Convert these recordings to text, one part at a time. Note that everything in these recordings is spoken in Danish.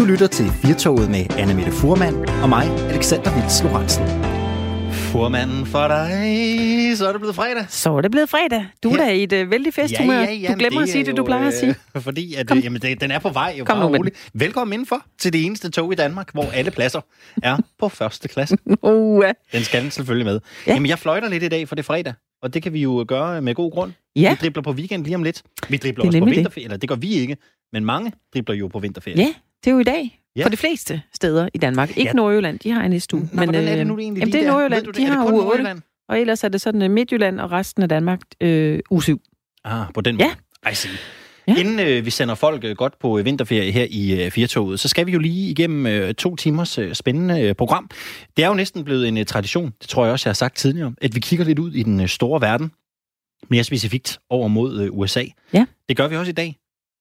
Du lytter til Firtoget med Anne-Mette Fuhrmann og mig, Alexander Vils Lorentzen. Fuhrmanden for dig, så er det blevet fredag. Så er det blevet fredag. Du er da i et vældig festhumør. Ja, du glemmer at sige det, du plejer at sige. Fordi at, den er på vej. Jo, kom nu med. Velkommen indenfor til det eneste tog i Danmark, hvor alle pladser er på første klasse. Den skal selvfølgelig med. Ja. Jamen, jeg fløjter lidt i dag, for det er fredag. Og det kan vi jo gøre med god grund. Ja. Vi dribler på weekend lige om lidt. Vi dribler også på vinterferie. Eller det gør vi ikke. Men mange dribler jo på vinterferie. Ja, det er jo i dag. Ja. For de fleste steder i Danmark. Ikke Nordjylland, de har en næste uge. Men hvordan er det nu egentlig? Jamen, det er Nordjylland, de har uge 8. Og ellers er det sådan Midtjylland og resten af Danmark uge 7. På den måde. Ja. Inden vi sender folk godt på vinterferie her i Firtoget, så skal vi jo lige igennem 2 timers spændende program. Det er jo næsten blevet en tradition, det tror jeg også, jeg har sagt tidligere, at vi kigger lidt ud i den store verden, mere specifikt over mod USA. Ja. Det gør vi også i dag.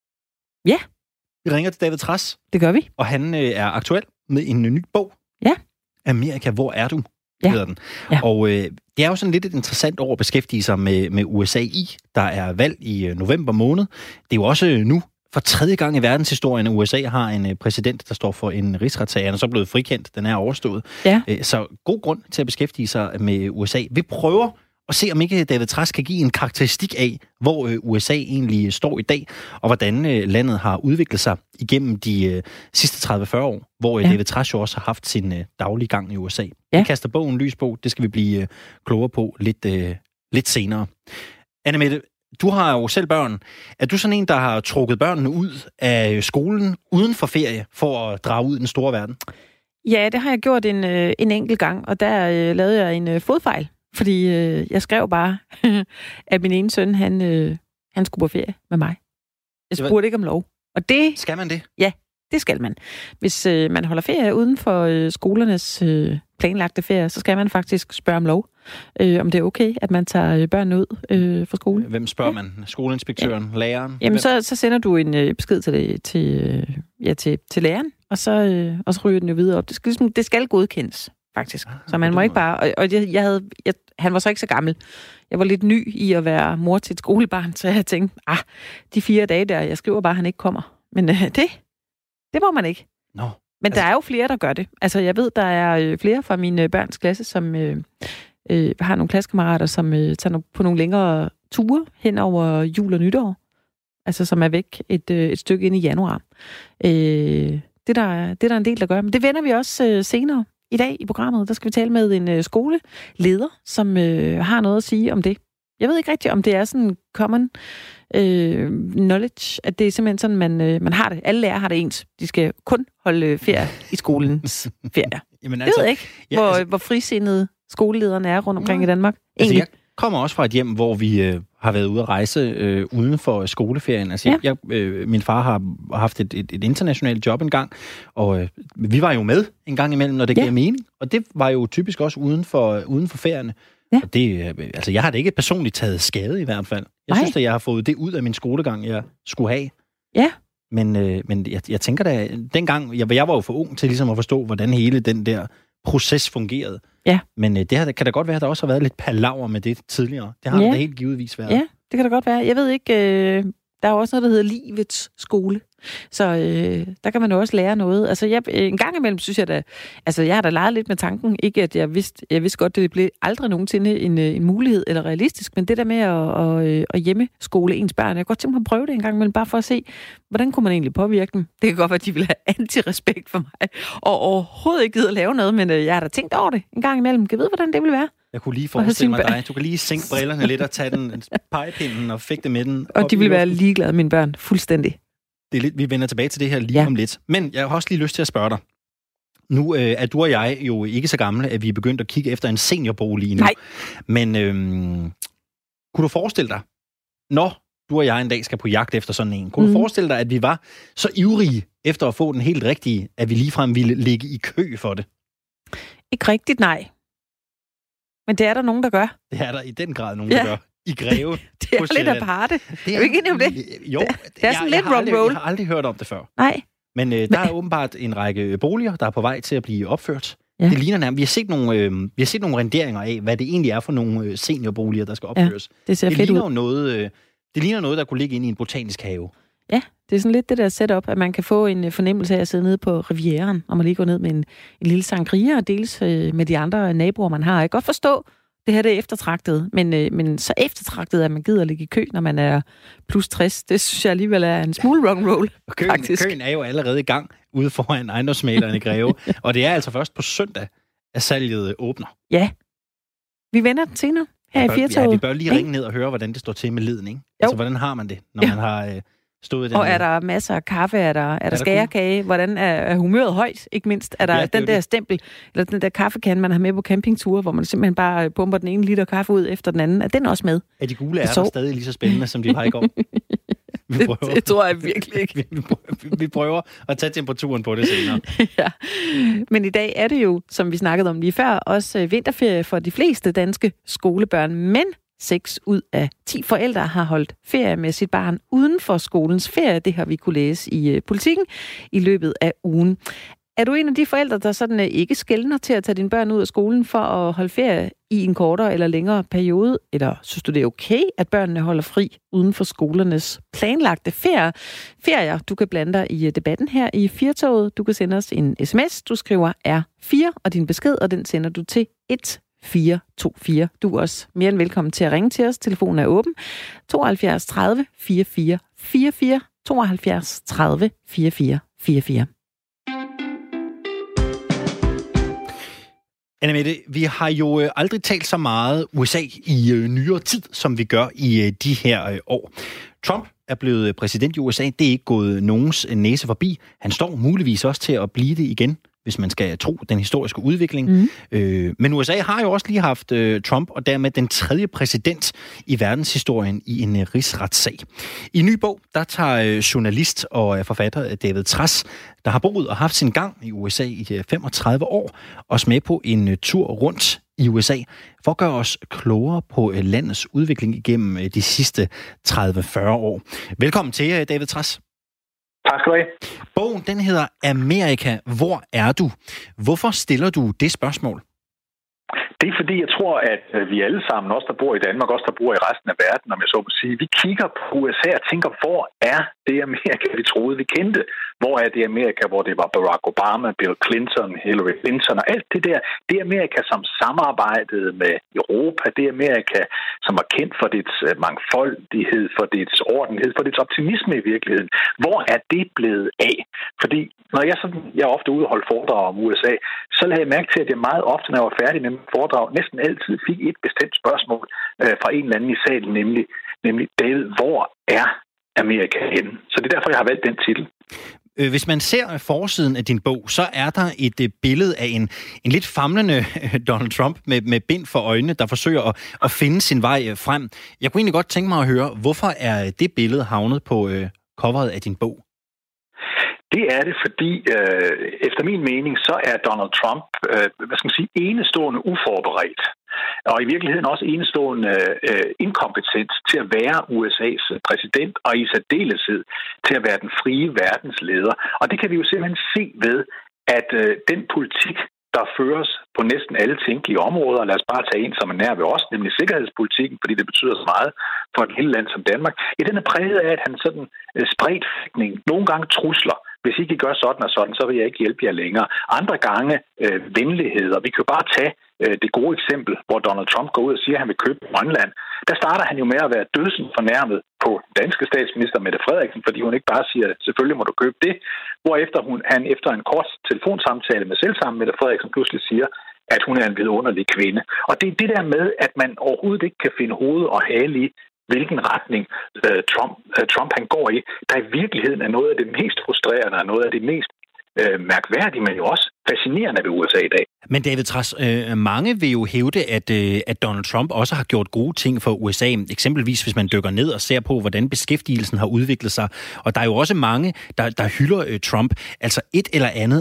Ja. Vi ringer til David Trads. Det gør vi. Og han er aktuel med en ny bog. Ja. Amerika, hvor er du? Hedder den. Ja. Og det er jo sådan lidt et interessant år at beskæftige sig med USA i. Der er valg i november måned. Det er jo også nu for 3. gang i verdenshistorien, at USA har en præsident, der står for en rigsretssag. Han er så blevet frikendt. Den er overstået. Ja. Så god grund til at beskæftige sig med USA. Vi prøver at se, om ikke David Trads kan give en karakteristik af, hvor USA egentlig står i dag, og hvordan landet har udviklet sig igennem de sidste 30-40 år, hvor David Trads jo også har haft sin daglige gang i USA. Ja. Vi kaster bogen lys på. Det skal vi blive klogere på lidt senere. Anne-Mette, du har jo selv børn. Er du sådan en, der har trukket børnene ud af skolen uden for ferie, for at drage ud i den store verden? Ja, det har jeg gjort en enkelt gang, og der lavede jeg en fodfejl. Fordi jeg skrev bare, at min ene søn, han skulle på ferie med mig. Jeg spurgte ikke om lov. Og det... Skal man det? Ja, det skal man. Hvis man holder ferie uden for skolernes planlagte ferie, så skal man faktisk spørge om lov. Om det er okay, at man tager børn ud fra skole. Hvem spørger man? Skoleinspektøren? Læreren? Jamen, så sender du en besked til læreren, og så ryger den jo videre op. Det skal godkendes. Faktisk. Så man må ikke bare... Og han var så ikke så gammel. Jeg var lidt ny i at være mor til et skolebarn, så jeg tænkte, de 4 dage der, jeg skriver bare, at han ikke kommer. Men det må man ikke. No. Men der er jo flere, der gør det. Altså, jeg ved, der er flere fra min børns klasse, som har nogle klassekammerater, som tager på nogle længere ture hen over jul og nytår. Altså, som er væk et stykke ind i januar. Det er der en del, der gør. Men det vender vi også senere. I dag i programmet, der skal vi tale med en skoleleder, som har noget at sige om det. Jeg ved ikke rigtigt, om det er sådan common knowledge, at det er simpelthen sådan, man har det. Alle lærere har det ens. De skal kun holde ferie i skolens ferie. Jamen, altså, jeg ved ikke, hvor frisindede skolelederne er rundt omkring i Danmark. Altså, jeg kommer også fra et hjem, hvor vi har været ude at rejse uden for skoleferien. Altså, min far har haft et internationalt job engang, og vi var jo med en gang imellem, når det gav mening. Og det var jo typisk også uden for ferierne. Ja. Og det, altså, jeg har da ikke personligt taget skade i hvert fald. Jeg synes, at jeg har fået det ud af min skolegang, jeg skulle have. Ja. Men jeg tænker da, dengang, jeg var jo for ung til ligesom at forstå, hvordan hele den der proces fungerede. Ja. Men det kan da godt være, at der også har været lidt palaver med det tidligere. Det har der helt givetvis været. Ja, det kan da godt være. Jeg ved ikke, der er også noget, der hedder livets skole. Så der kan man jo også lære noget. Altså, en gang imellem synes jeg da... Altså, jeg har da leget lidt med tanken. Ikke, at jeg vidste godt, det blev aldrig nogensinde en mulighed eller realistisk, men det der med at hjemmeskole ens børn, jeg kan godt tænke mig at prøve det en gang imellem, bare for at se, hvordan kunne man egentlig påvirke dem. Det kan godt være, at de vil have antirespekt for mig, og overhovedet ikke gider at lave noget, men jeg har da tænkt over det en gang imellem. Kan jeg vide, hvordan det vil være? Jeg kunne lige forestille mig dig. Du kan lige sænke brillerne lidt og tage den pegepinden og fægte med den. Og de vil være ligeglade, mine børn. Fuldstændig. Det er lidt, vi vender tilbage til det her lige om lidt. Men jeg har også lige lyst til at spørge dig. Nu er du og jeg jo ikke så gamle, at vi er begyndt at kigge efter en seniorbolig nu. Nej. Men kunne du forestille dig, når du og jeg en dag skal på jagt efter sådan en, kunne du forestille dig, at vi var så ivrige efter at få den helt rigtige, at vi ligefrem ville ligge i kø for det? Ikke rigtigt, nej. Men det er der nogen, der gør. Det er der i den grad nogen, der gør. I Greve. Det er lidt aparte. Er du ikke enig om det? Jo. Det er sådan lidt roll. Jeg har aldrig hørt om det før. Nej. Men der er åbenbart en række boliger, der er på vej til at blive opført. Ja. Det ligner nærmest. Vi har set nogle renderinger af, hvad det egentlig er for nogle seniorboliger, der skal opføres. Ja, det ser fedt ud. Det ligner noget, der kunne ligge inde i en botanisk have. Ja, Det er sådan lidt det der setup, at man kan få en fornemmelse af at sidde nede på Rivieraen, og man lige går ned med en lille sangria og deles med de andre naboer, man har. Jeg kan godt forstå, det her det er eftertragtet, men så eftertragtet, at man gider ligge i kø, når man er plus 60, det synes jeg alligevel er en smule rock'n'roll, faktisk. Køen er jo allerede i gang ude foran ejendomsmægleren i Greve, og det er altså først på søndag, at salget åbner. Ja. Vi vender den senere her i Firtoget. Ja, vi bør lige ringe ned og høre, hvordan det står til med leden, ikke? Altså, hvordan har man det, når man har stået i den? Og er der masser af kaffe? Er der skærekage? Hvordan er humøret højt, ikke mindst? Er der den der stempel, eller den der kaffekande, man har med på campingture, hvor man simpelthen bare pumper den ene liter kaffe ud efter den anden? Er den også med? Er de gule ærter stadig lige så spændende, som de var i går? Det tror jeg virkelig ikke. Vi prøver at tage temperaturen på det senere. Ja. Men i dag er det jo, som vi snakkede om lige før, også vinterferie for de fleste danske skolebørn. Men 6 ud af 10 forældre har holdt ferie med sit barn uden for skolens ferie. Det har vi kunne læse i Politikken i løbet af ugen. Er du en af de forældre, der sådan ikke skelner til at tage dine børn ud af skolen for at holde ferie i en kortere eller længere periode? Eller synes du, det er okay, at børnene holder fri uden for skolernes planlagte ferier? Du kan blande dig i debatten her i Firtoget. Du kan sende os en sms. Du skriver R4 og din besked, og den sender du til 1424. Du er også mere end velkommen til at ringe til os. Telefonen er åben. 72 30 44 44. 72 30 44 44. Annemette, vi har jo aldrig talt så meget USA i nyere tid, som vi gør i de her år. Trump er blevet præsident i USA. Det er ikke gået nogens næse forbi. Han står muligvis også til at blive det igen, hvis man skal tro den historiske udvikling. Men USA har jo også lige haft Trump, og dermed den 3. præsident i verdenshistorien i en rigsretssag. I en ny bog, der tager journalist og forfatter David Trads, der har boet og haft sin gang i USA i 35 år, os med på en tur rundt i USA, for at gøre os klogere på landets udvikling igennem de sidste 30-40 år. Velkommen til, David Trads. Tak skal du have. Bogen, den hedder Amerika, hvor er du? Hvorfor stiller du det spørgsmål? Det er fordi, jeg tror, at vi alle sammen, også der bor i Danmark, også der bor i resten af verden, om jeg så må sige, vi kigger på USA og tænker, hvor er det Amerika, vi troede, vi kendte? Hvor er det Amerika, hvor det var Barack Obama, Bill Clinton, Hillary Clinton og alt det der? Det Amerika, som samarbejdede med Europa, det Amerika, som var kendt for dets mangfoldighed, for dets ordenhed, for dets optimisme i virkeligheden. Hvor er det blevet af? Fordi når jeg er ofte ude og holde foredrag om USA, så lagde jeg mærke til, at jeg meget ofte, når jeg var færdig med mit foredrag, næsten altid fik et bestemt spørgsmål fra en eller anden i salen, nemlig David, hvor er Amerika henne? Så det er derfor, jeg har valgt den titel. Hvis man ser forsiden af din bog, så er der et billede af en lidt famlende Donald Trump med bind for øjnene, der forsøger at finde sin vej frem. Jeg kunne egentlig godt tænke mig at høre, hvorfor er det billede havnet på coveret af din bog? Det er det, fordi efter min mening, så er Donald Trump, enestående uforberedt. Og i virkeligheden også enestående inkompetent til at være USA's præsident, og i særdeleshed til at være den frie verdensleder. Og det kan vi jo simpelthen se ved, at den politik, der føres på næsten alle tænkelige områder, lad os bare tage en, som er nær ved os, nemlig sikkerhedspolitikken, fordi det betyder så meget for et lille land som Danmark. Den er præget af, at han sådan spredtfægtning, nogle gange trusler. Hvis I ikke gør sådan og sådan, så vil jeg ikke hjælpe jer længere. Andre gange venligheder. Vi kan jo bare tage det gode eksempel, hvor Donald Trump går ud og siger, at han vil købe Grønland. Der starter han jo med at være dødsens fornærmet på danske statsminister Mette Frederiksen, fordi hun ikke bare siger, selvfølgelig må du købe det, hvorefter han efter en kort telefonsamtale med selvsamme Mette Frederiksen pludselig siger, at hun er en vidunderlig kvinde. Og det er det der med, at man overhovedet ikke kan finde hoved og hale i, hvilken retning Trump han går i, der i virkeligheden er noget af det mest frustrerende og noget af det mest mærkværdige, men jo også fascinerende ved USA i dag. Men David Trads, mange vil jo hævde, at Donald Trump også har gjort gode ting for USA. Eksempelvis hvis man dykker ned og ser på, hvordan beskæftigelsen har udviklet sig. Og der er jo også mange, der hylder Trump. Altså et eller andet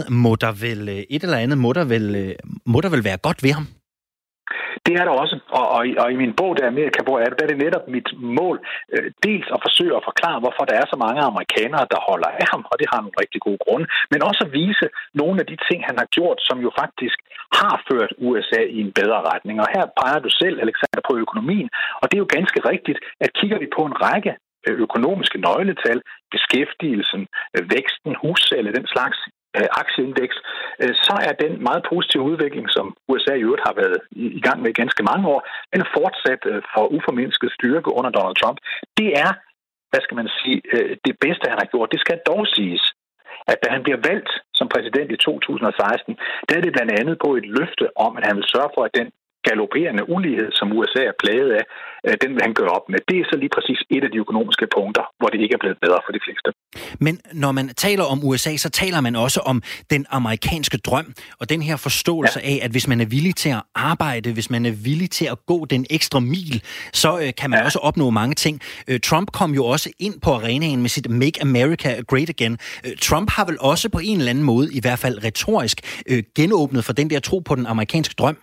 må der vel være godt ved ham? Det er der også, og i min bog, der Amerika, hvor er det, der er det netop mit mål, dels at forsøge at forklare, hvorfor der er så mange amerikanere, der holder af ham, og det har nogle rigtig gode grunde, men også at vise nogle af de ting, han har gjort, som jo faktisk har ført USA i en bedre retning. Og her peger du selv, Alexander, på økonomien, og det er jo ganske rigtigt, at kigger vi på en række økonomiske nøgletal, beskæftigelsen, væksten, hussalget, den slags aktieindeks, så er den meget positive udvikling, som USA i øvrigt har været i gang med ganske mange år, den er fortsat for uformindsket styrke under Donald Trump. Det er, hvad skal man sige, det bedste, han har gjort. Det skal dog siges, at da han bliver valgt som præsident i 2016, der er det blandt andet på et løfte om, at han vil sørge for, at den galopperende ulighed, som USA er plaget af, den vil han gøre op med. Det er så lige præcis et af de økonomiske punkter, hvor det ikke er blevet bedre for de fleste. Men når man taler om USA, så taler man også om den amerikanske drøm, og den her forståelse af, at hvis man er villig til at arbejde, hvis man er villig til at gå den ekstra mil, så kan man også opnå mange ting. Trump kom jo også ind på arenaen med sit Make America Great Again. Trump har vel også på en eller anden måde, i hvert fald retorisk, genåbnet for den der tro på den amerikanske drøm?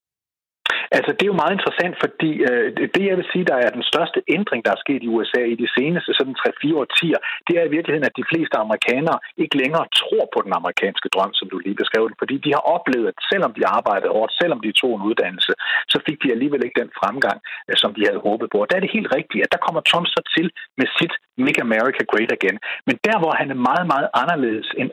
Altså, det er jo meget interessant, fordi det, jeg vil sige, der er den største ændring, der er sket i USA i de seneste sådan 3-4 årtier, det er i virkeligheden, at de fleste amerikanere ikke længere tror på den amerikanske drøm, som du lige beskrev det, fordi de har oplevet, at selvom de arbejdede hårdt, selvom de tog en uddannelse, så fik de alligevel ikke den fremgang, som de havde håbet på. Og der er det helt rigtigt, at der kommer Trump så til med sit Make America Great Again. Men der, hvor han er meget, meget anderledes end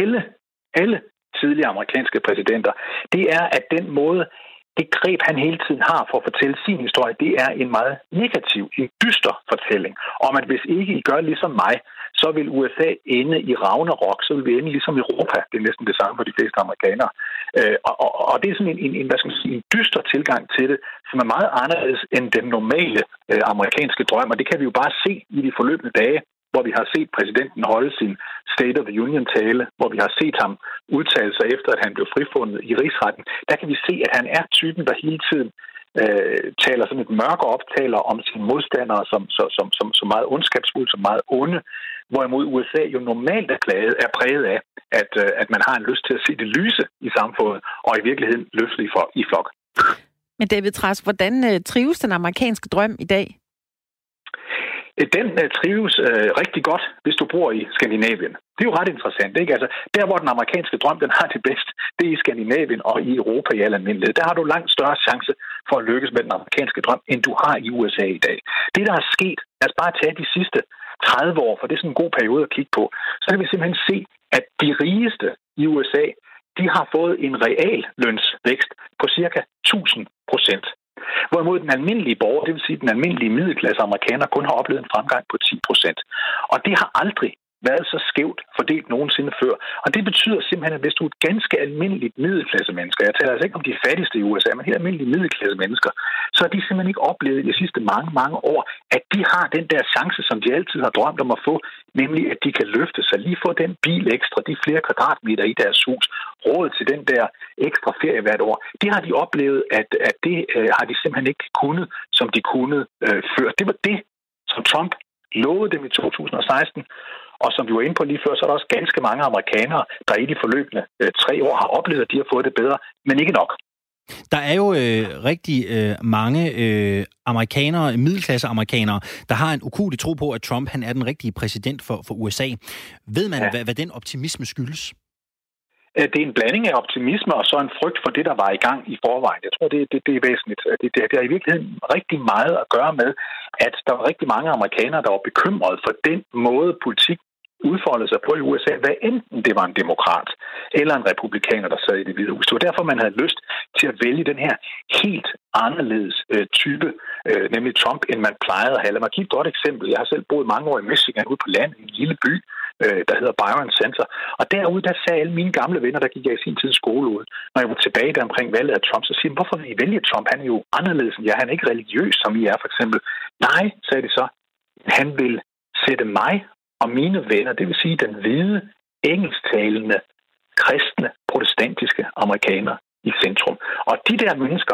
alle tidligere amerikanske præsidenter, det er, at den måde, det greb, han hele tiden har for at fortælle sin historie, det er en meget negativ, en dyster fortælling om, at hvis ikke I gør ligesom mig, så vil USA ende i Ragnarok, så vil vi ende ligesom Europa. Det er næsten det samme for de fleste amerikanere. Og det er sådan en, hvad skal man sige, en dyster tilgang til det, som er meget anderledes end den normale amerikanske drøm, og det kan vi jo bare se i de forløbende dage, hvor vi har set præsidenten holde sin State of the Union-tale, hvor vi har set ham udtale sig efter, at han blev frifundet i rigsretten. Der kan vi se, at han er typen, der hele tiden taler sådan et mørkere op, taler om sine modstandere som meget ondskabsfulde, som meget onde, hvorimod USA jo normalt er præget af, at man har en lyst til at se det lyse i samfundet, og i virkeligheden løfte i flok. Men David Trask, hvordan trives den amerikanske drøm i dag? Den trives rigtig godt, hvis du bor i Skandinavien. Det er jo ret interessant, ikke? Altså, der, hvor den amerikanske drøm, den har det bedst, det er i Skandinavien og i Europa i al almindelighed. Der har du langt større chance for at lykkes med den amerikanske drøm, end du har i USA i dag. Det, der er sket, lad os bare tage de sidste 30 år, for det er sådan en god periode at kigge på, så kan vi simpelthen se, at de rigeste i USA, de har fået en real lønsvækst på cirka 1000%. Hvorimod den almindelige borger, det vil sige den almindelige middelklasse amerikaner, kun har oplevet en fremgang på 10%. Og det har aldrig været så skævt fordelt nogensinde før. Og det betyder simpelthen, at hvis du er et ganske almindeligt middelklasse mennesker, jeg taler altså ikke om de fattigste i USA, men helt almindelige middelklasse mennesker, så har de simpelthen ikke oplevet i de sidste mange år, at de har den der chance, som de altid har drømt om at få, nemlig at de kan løfte sig, lige få den bil ekstra, de flere kvadratmeter i deres hus, råd til den der ekstra ferie hvert år. Det har de oplevet, at det har de simpelthen ikke kunnet, som de kunne før. Det var det, som Trump lovede dem i 2016, og som vi var inde på lige før, så er der også ganske mange amerikanere, der i de forløbende 3 år har oplevet, at de har fået det bedre, men ikke nok. Der er jo rigtig mange amerikanere, middelklasse-amerikanere, der har en ukuelig tro på, at Trump han er den rigtige præsident for USA. Ved man, hvad den optimisme skyldes? Det er en blanding af optimisme og så en frygt for det, der var i gang i forvejen. Jeg tror, det er væsentligt. Det har i virkeligheden rigtig meget at gøre med, at der var rigtig mange amerikanere, der var bekymrede for den måde, politik udfoldede sig på i USA, hvad enten det var en demokrat eller en republikaner, der sad i Det Hvide Hus. Det var derfor, man havde lyst til at vælge den her helt anderledes type, nemlig Trump, end man plejede at have. Lad mig give et godt eksempel. Jeg har selv boet mange år i Michigan, ude på land, i en lille by, der hedder Byron Center. Og derude, der sagde alle mine gamle venner, der gik jeg i sin tid skole ud, når jeg var tilbage der omkring valget af Trump, så siger de, hvorfor vil I vælge Trump? Han er jo anderledes end jer. Han er ikke religiøs, som I er, for eksempel. Nej, sagde de så. Han vil sætte mig og mine venner, det vil sige den hvide, engelsktalende, kristne, protestantiske amerikanere i centrum. Og de der mennesker,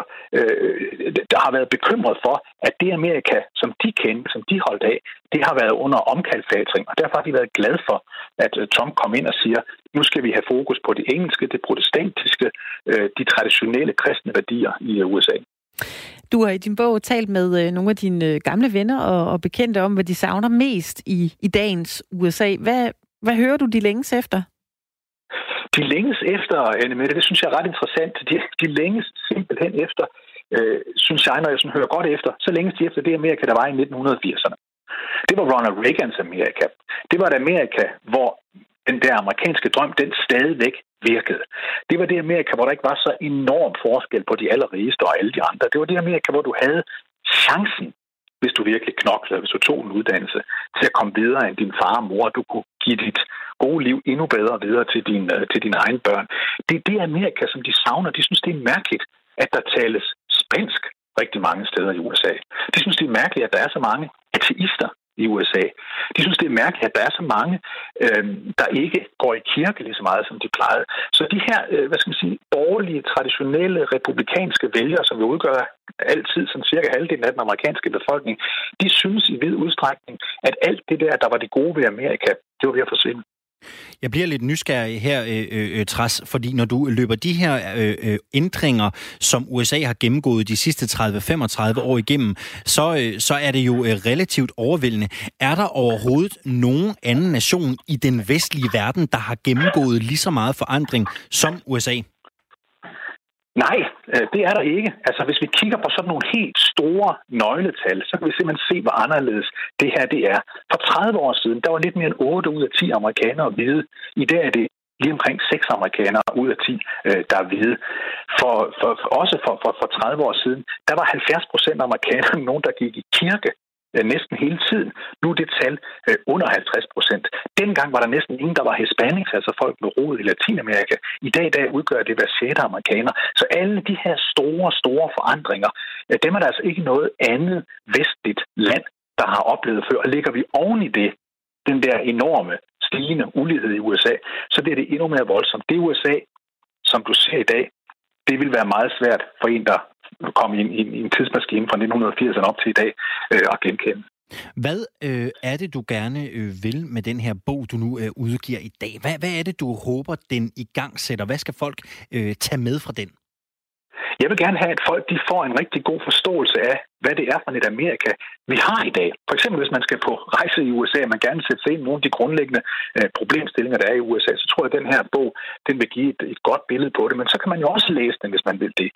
der har været bekymret for, at det Amerika, som de kendte, som de holdt af, det har været under omkalfatring. Og derfor har de været glade for, at Trump kom ind og siger, nu skal vi have fokus på det engelske, det protestantiske, de traditionelle kristne værdier i USA. Du har i din bog talt med nogle af dine gamle venner og bekendte om, hvad de savner mest i dagens USA. Hvad hører du, de længes efter? De længes efter, Annemette, det synes jeg er ret interessant. De længes simpelthen efter, synes jeg, når jeg sådan hører godt efter, så længes de efter det Amerika, der var i 1980'erne. Det var Ronald Reagans Amerika. Det var et Amerika, hvor den der amerikanske drøm, den stadigvæk virkede. Det var det Amerika, hvor der ikke var så enorm forskel på de allerrigeste og alle de andre. Det var det Amerika, hvor du havde chancen, hvis du virkelig knoklede, hvis du tog en uddannelse, til at komme videre end din far og mor, du kunne give dit gode liv endnu bedre videre til dine egne børn. Det er det Amerika, som de savner. De synes, det er mærkeligt, at der tales spansk rigtig mange steder i USA. De synes, det er mærkeligt, at der er så mange ateister i USA. De synes, det er mærkeligt, at der er så mange, der ikke går i kirke lige så meget, som de plejede. Så de her, borgerlige, traditionelle, republikanske vælgere, som jo udgør altid sådan cirka halvdelen af den amerikanske befolkning, de synes i vid udstrækning, at alt det der var det gode ved Amerika, det var ved at forsvinde. Jeg bliver lidt nysgerrig her, Tras, fordi når du løber de her ændringer, som USA har gennemgået de sidste 30-35 år igennem, så er det jo relativt overvældende. Er der overhovedet nogen anden nation i den vestlige verden, der har gennemgået lige så meget forandring som USA? Nej, det er der ikke. Altså, hvis vi kigger på sådan nogle helt store nøgletal, så kan vi simpelthen se, hvor anderledes det her det er. For 30 år siden, der var lidt mere end 8 ud af 10 amerikanere hvide. I dag er det lige omkring 6 amerikanere ud af 10, der er hvide. For 30 år siden, der var 70% af amerikanerne nogen, der gik i kirke næsten hele tiden. Nu er det tal under 50%. Dengang var der næsten ingen, der var hispanics, altså folk med rod i Latinamerika. I dag udgør det hver 6. amerikaner. Så alle de her store forandringer, dem er der altså ikke noget andet vestligt land, der har oplevet før. Og ligger vi oven i det, den der enorme stigende ulighed i USA, så bliver det endnu mere voldsomt. Det USA, som du ser i dag, det vil være meget svært for en, der kom i en tidsmaskine fra 1980'erne op til i dag at genkende. Hvad er det, du gerne vil med den her bog, du nu udgiver i dag? Hvad er det, du håber, den i gang sætter? Hvad skal folk tage med fra den? Jeg vil gerne have, at folk de får en rigtig god forståelse af, hvad det er for et Amerika, vi har i dag. For eksempel, hvis man skal på rejse i USA, og man gerne vil sætte sig ind nogle af de grundlæggende problemstillinger, der er i USA, så tror jeg, at den her bog, den vil give et godt billede på det. Men så kan man jo også læse den, hvis man vil det,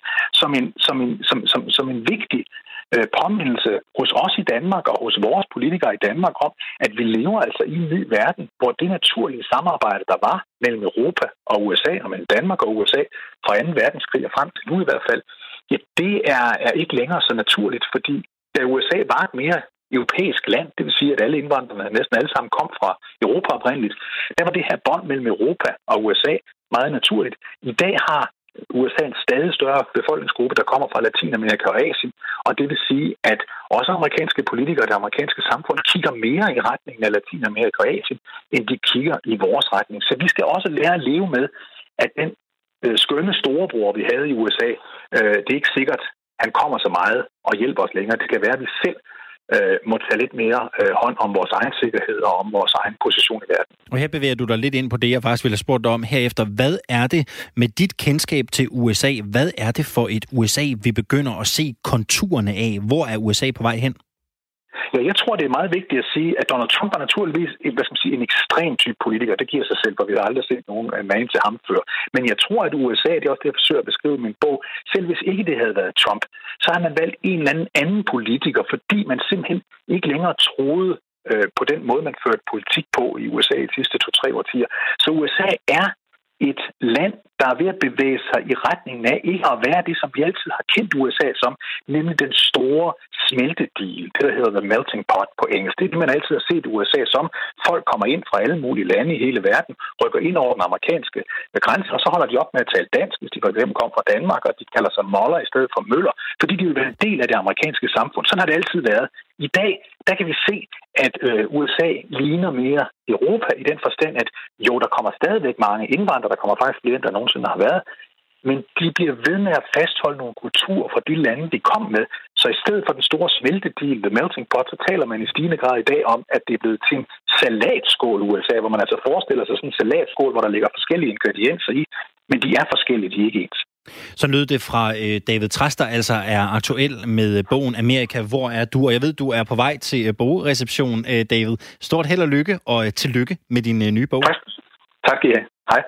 som en vigtig påmindelse hos os i Danmark og hos vores politikere i Danmark om, at vi lever altså i en ny verden, hvor det naturlige samarbejde, der var mellem Europa og USA, og mellem Danmark og USA fra 2. verdenskrig og frem til nu i hvert fald, ja, det er ikke længere så naturligt, fordi da USA var et mere europæisk land, det vil sige, at alle indvandrerne næsten alle sammen kom fra Europa oprindeligt, der var det her bånd mellem Europa og USA meget naturligt. I dag har USA en stadig større befolkningsgruppe, der kommer fra Latinamerika og Asien, og det vil sige, at også amerikanske politikere og det amerikanske samfund kigger mere i retningen af Latinamerika og Asien, end de kigger i vores retning. Så vi skal også lære at leve med, at den skønne storebror, vi havde i USA, det er ikke sikkert, han kommer så meget og hjælper os længere. Det kan være, at vi selv må tage lidt mere hånd om vores egen sikkerhed og om vores egen position i verden. Og her bevæger du dig lidt ind på det, jeg faktisk ville have spurgt dig om herefter. Hvad er det med dit kendskab til USA? Hvad er det for et USA, vi begynder at se konturerne af? Hvor er USA på vej hen? Ja, jeg tror, det er meget vigtigt at sige, at Donald Trump er naturligvis en ekstrem type politiker. Det giver sig selv, for vi har aldrig set nogen mand til ham før. Men jeg tror, at USA, det er også det, jeg forsøger at beskrive i min bog, selv hvis ikke det havde været Trump, så har man valgt en eller anden politiker, fordi man simpelthen ikke længere troede på den måde, man førte politik på i USA i de sidste 2-3 årtier. Så USA er et land, der er ved at bevæge sig i retningen af ikke at være det, som vi altid har kendt USA som, nemlig den store smeltedigel, det der hedder the melting pot på engelsk. Det er det, man altid har set USA som. Folk kommer ind fra alle mulige lande i hele verden, rykker ind over den amerikanske grænse, og så holder de op med at tale dansk, hvis de for eksempel kommer fra Danmark, og de kalder sig Moller i stedet for Møller, fordi de vil være en del af det amerikanske samfund. Sådan har det altid været. I dag, der kan vi se, at USA ligner mere Europa i den forstand, at jo, der kommer stadigvæk mange indvandrere, der kommer faktisk flere, end der nogensinde har været, men de bliver ved med at fastholde nogle kulturer fra de lande, de kom med. Så i stedet for den store smeltedigel, the melting pot, så taler man i stigende grad i dag om, at det er blevet til en salatskål i USA, hvor man altså forestiller sig sådan en salatskål, hvor der ligger forskellige ingredienser i, men de er forskellige, de er ikke ens. Så lød det fra David Tras, der altså er aktuel med bogen Amerika, hvor er du? Og jeg ved, du er på vej til bogreception, David. Stort held og lykke, og tillykke med din nye bog. Tak, ja. Hej.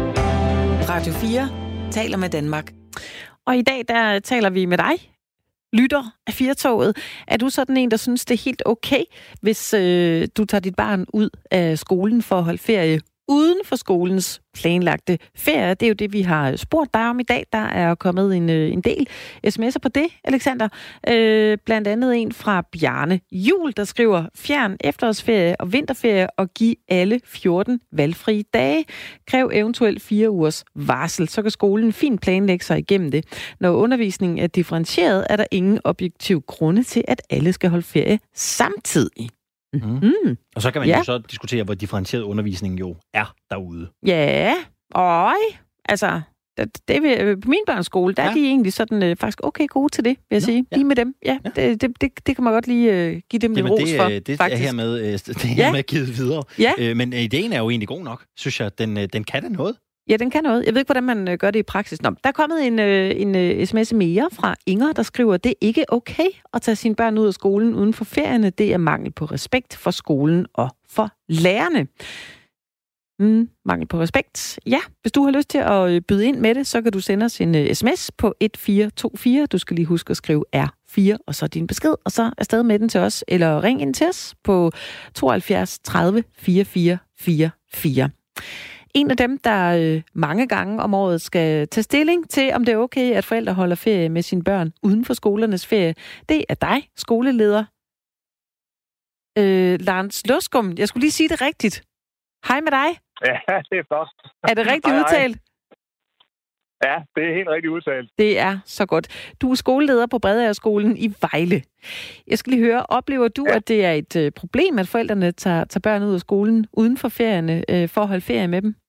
Radio 4 taler med Danmark. Og i dag, der taler vi med dig, lytter af Firtoget. Er du sådan en, der synes, det er helt okay, hvis du tager dit barn ud af skolen for at holde ferie uden for skolens planlagte ferie? Det er jo det, vi har spurgt dig om i dag. Der er kommet en del sms'er på det, Alexander. Blandt andet en fra Bjarne Jul, der skriver: fjern efterårsferie og vinterferie og giv alle 14 valgfrie dage. Kræv eventuelt 4 ugers varsel, så kan skolen fint planlægge sig igennem det. Når undervisningen er differentieret, er der ingen objektiv grunde til, at alle skal holde ferie samtidig. Mm. Og så kan man jo så diskutere, hvor differentieret undervisningen jo er derude. Ja, altså, på min børns skole, der er de egentlig sådan faktisk okay gode til det, vil jeg sige. Lige med dem. Ja. Det kan man godt lige give dem lidt ros for, det faktisk. Det er hermed givet videre. Ja. Men ideen er jo egentlig god nok, synes jeg. Den kan da noget. Ja, den kan noget. Jeg ved ikke, hvordan man gør det i praksis. Nå, der er kommet en sms mere fra Inger, der skriver: det er ikke okay at tage sine børn ud af skolen uden for ferierne. Det er mangel på respekt for skolen og for lærerne. Mangel på respekt. Ja, hvis du har lyst til at byde ind med det, så kan du sende os en sms på 1424. Du skal lige huske at skrive R4, og så din besked, og så afsted med den til os, eller ring ind til os på 72 30 44 44. En af dem, der mange gange om året skal tage stilling til, om det er okay, at forældre holder ferie med sine børn uden for skolernes ferie, det er dig, skoleleder Lars Luskum. Jeg skulle lige sige det rigtigt. Hej med dig. Ja, det er flot. Er det rigtigt udtalt? Ja, det er helt rigtigt udtalt. Det er så godt. Du er skoleleder på Bredagærskolen i Vejle. Jeg skal lige høre, oplever du, at det er et problem, at forældrene tager børn ud af skolen uden for ferierne for at holde ferie med dem?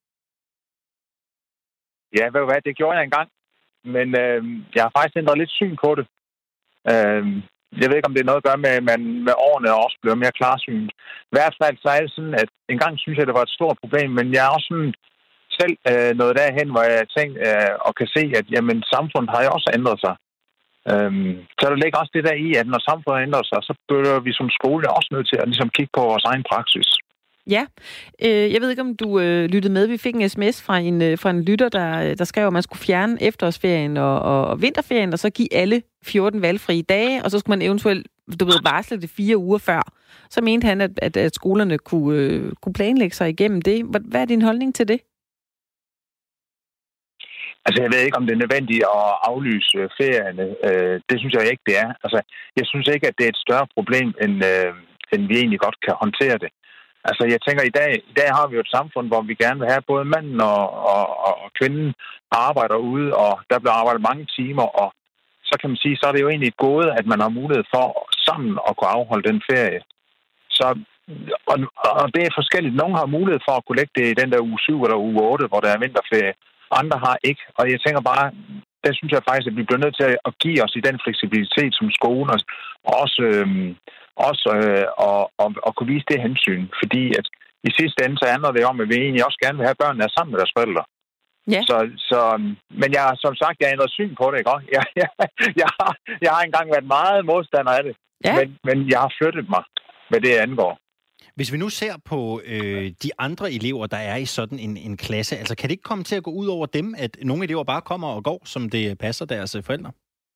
Ja, ved du hvad, det gjorde jeg engang. Men jeg har faktisk ændret lidt syn på det. Jeg ved ikke, om det er noget at gøre med, at man med årene også bliver mere klarsynet. I hvert fald så er det sådan, at engang synes jeg, det var et stort problem, men jeg er også sådan selv nået derhen, hvor jeg tænkte og kan se, at jamen, samfundet har jo også ændret sig. Så der ligger også det der i, at når samfundet ændrer sig, så bliver vi som skole også nødt til at ligesom kigge på vores egen praksis. Ja, jeg ved ikke, om du lyttede med. Vi fik en sms fra en lytter, der skrev, at man skulle fjerne efterårsferien og vinterferien, og så give alle 14 valgfrie dage, og så skulle man eventuelt varsle det 4 uger før. Så mente han, at skolerne kunne planlægge sig igennem det. Hvad er din holdning til det? Altså, jeg ved ikke, om det er nødvendigt at aflyse ferierne. Det synes jeg ikke, det er. Altså, jeg synes ikke, at det er et større problem, end vi egentlig godt kan håndtere det. Altså, jeg tænker, i dag har vi jo et samfund, hvor vi gerne vil have både manden og kvinden arbejder ude, og der bliver arbejdet mange timer, og så kan man sige, så er det jo egentlig et gode, at man har mulighed for sammen at kunne afholde den ferie. Så, og det er forskelligt. Nogle har mulighed for at kunne lægge det i den der uge 7 eller uge 8, hvor der er vinterferie. Andre har ikke, og jeg tænker bare, der synes jeg faktisk, at vi bliver nødt til at give os i den fleksibilitet som skole, og også at kunne vise det hensyn. Fordi at i sidste ende, så handler det om, at vi egentlig også gerne vil have børnene sammen med deres forældre. Ja. Men jeg har som sagt, jeg har ændret syn på det, ikke? Jeg har engang været meget modstander af det, men jeg har flyttet mig, hvad det angår. Hvis vi nu ser på de andre elever, der er i sådan en klasse, altså kan det ikke komme til at gå ud over dem, at nogle elever bare kommer og går, som det passer deres forældre?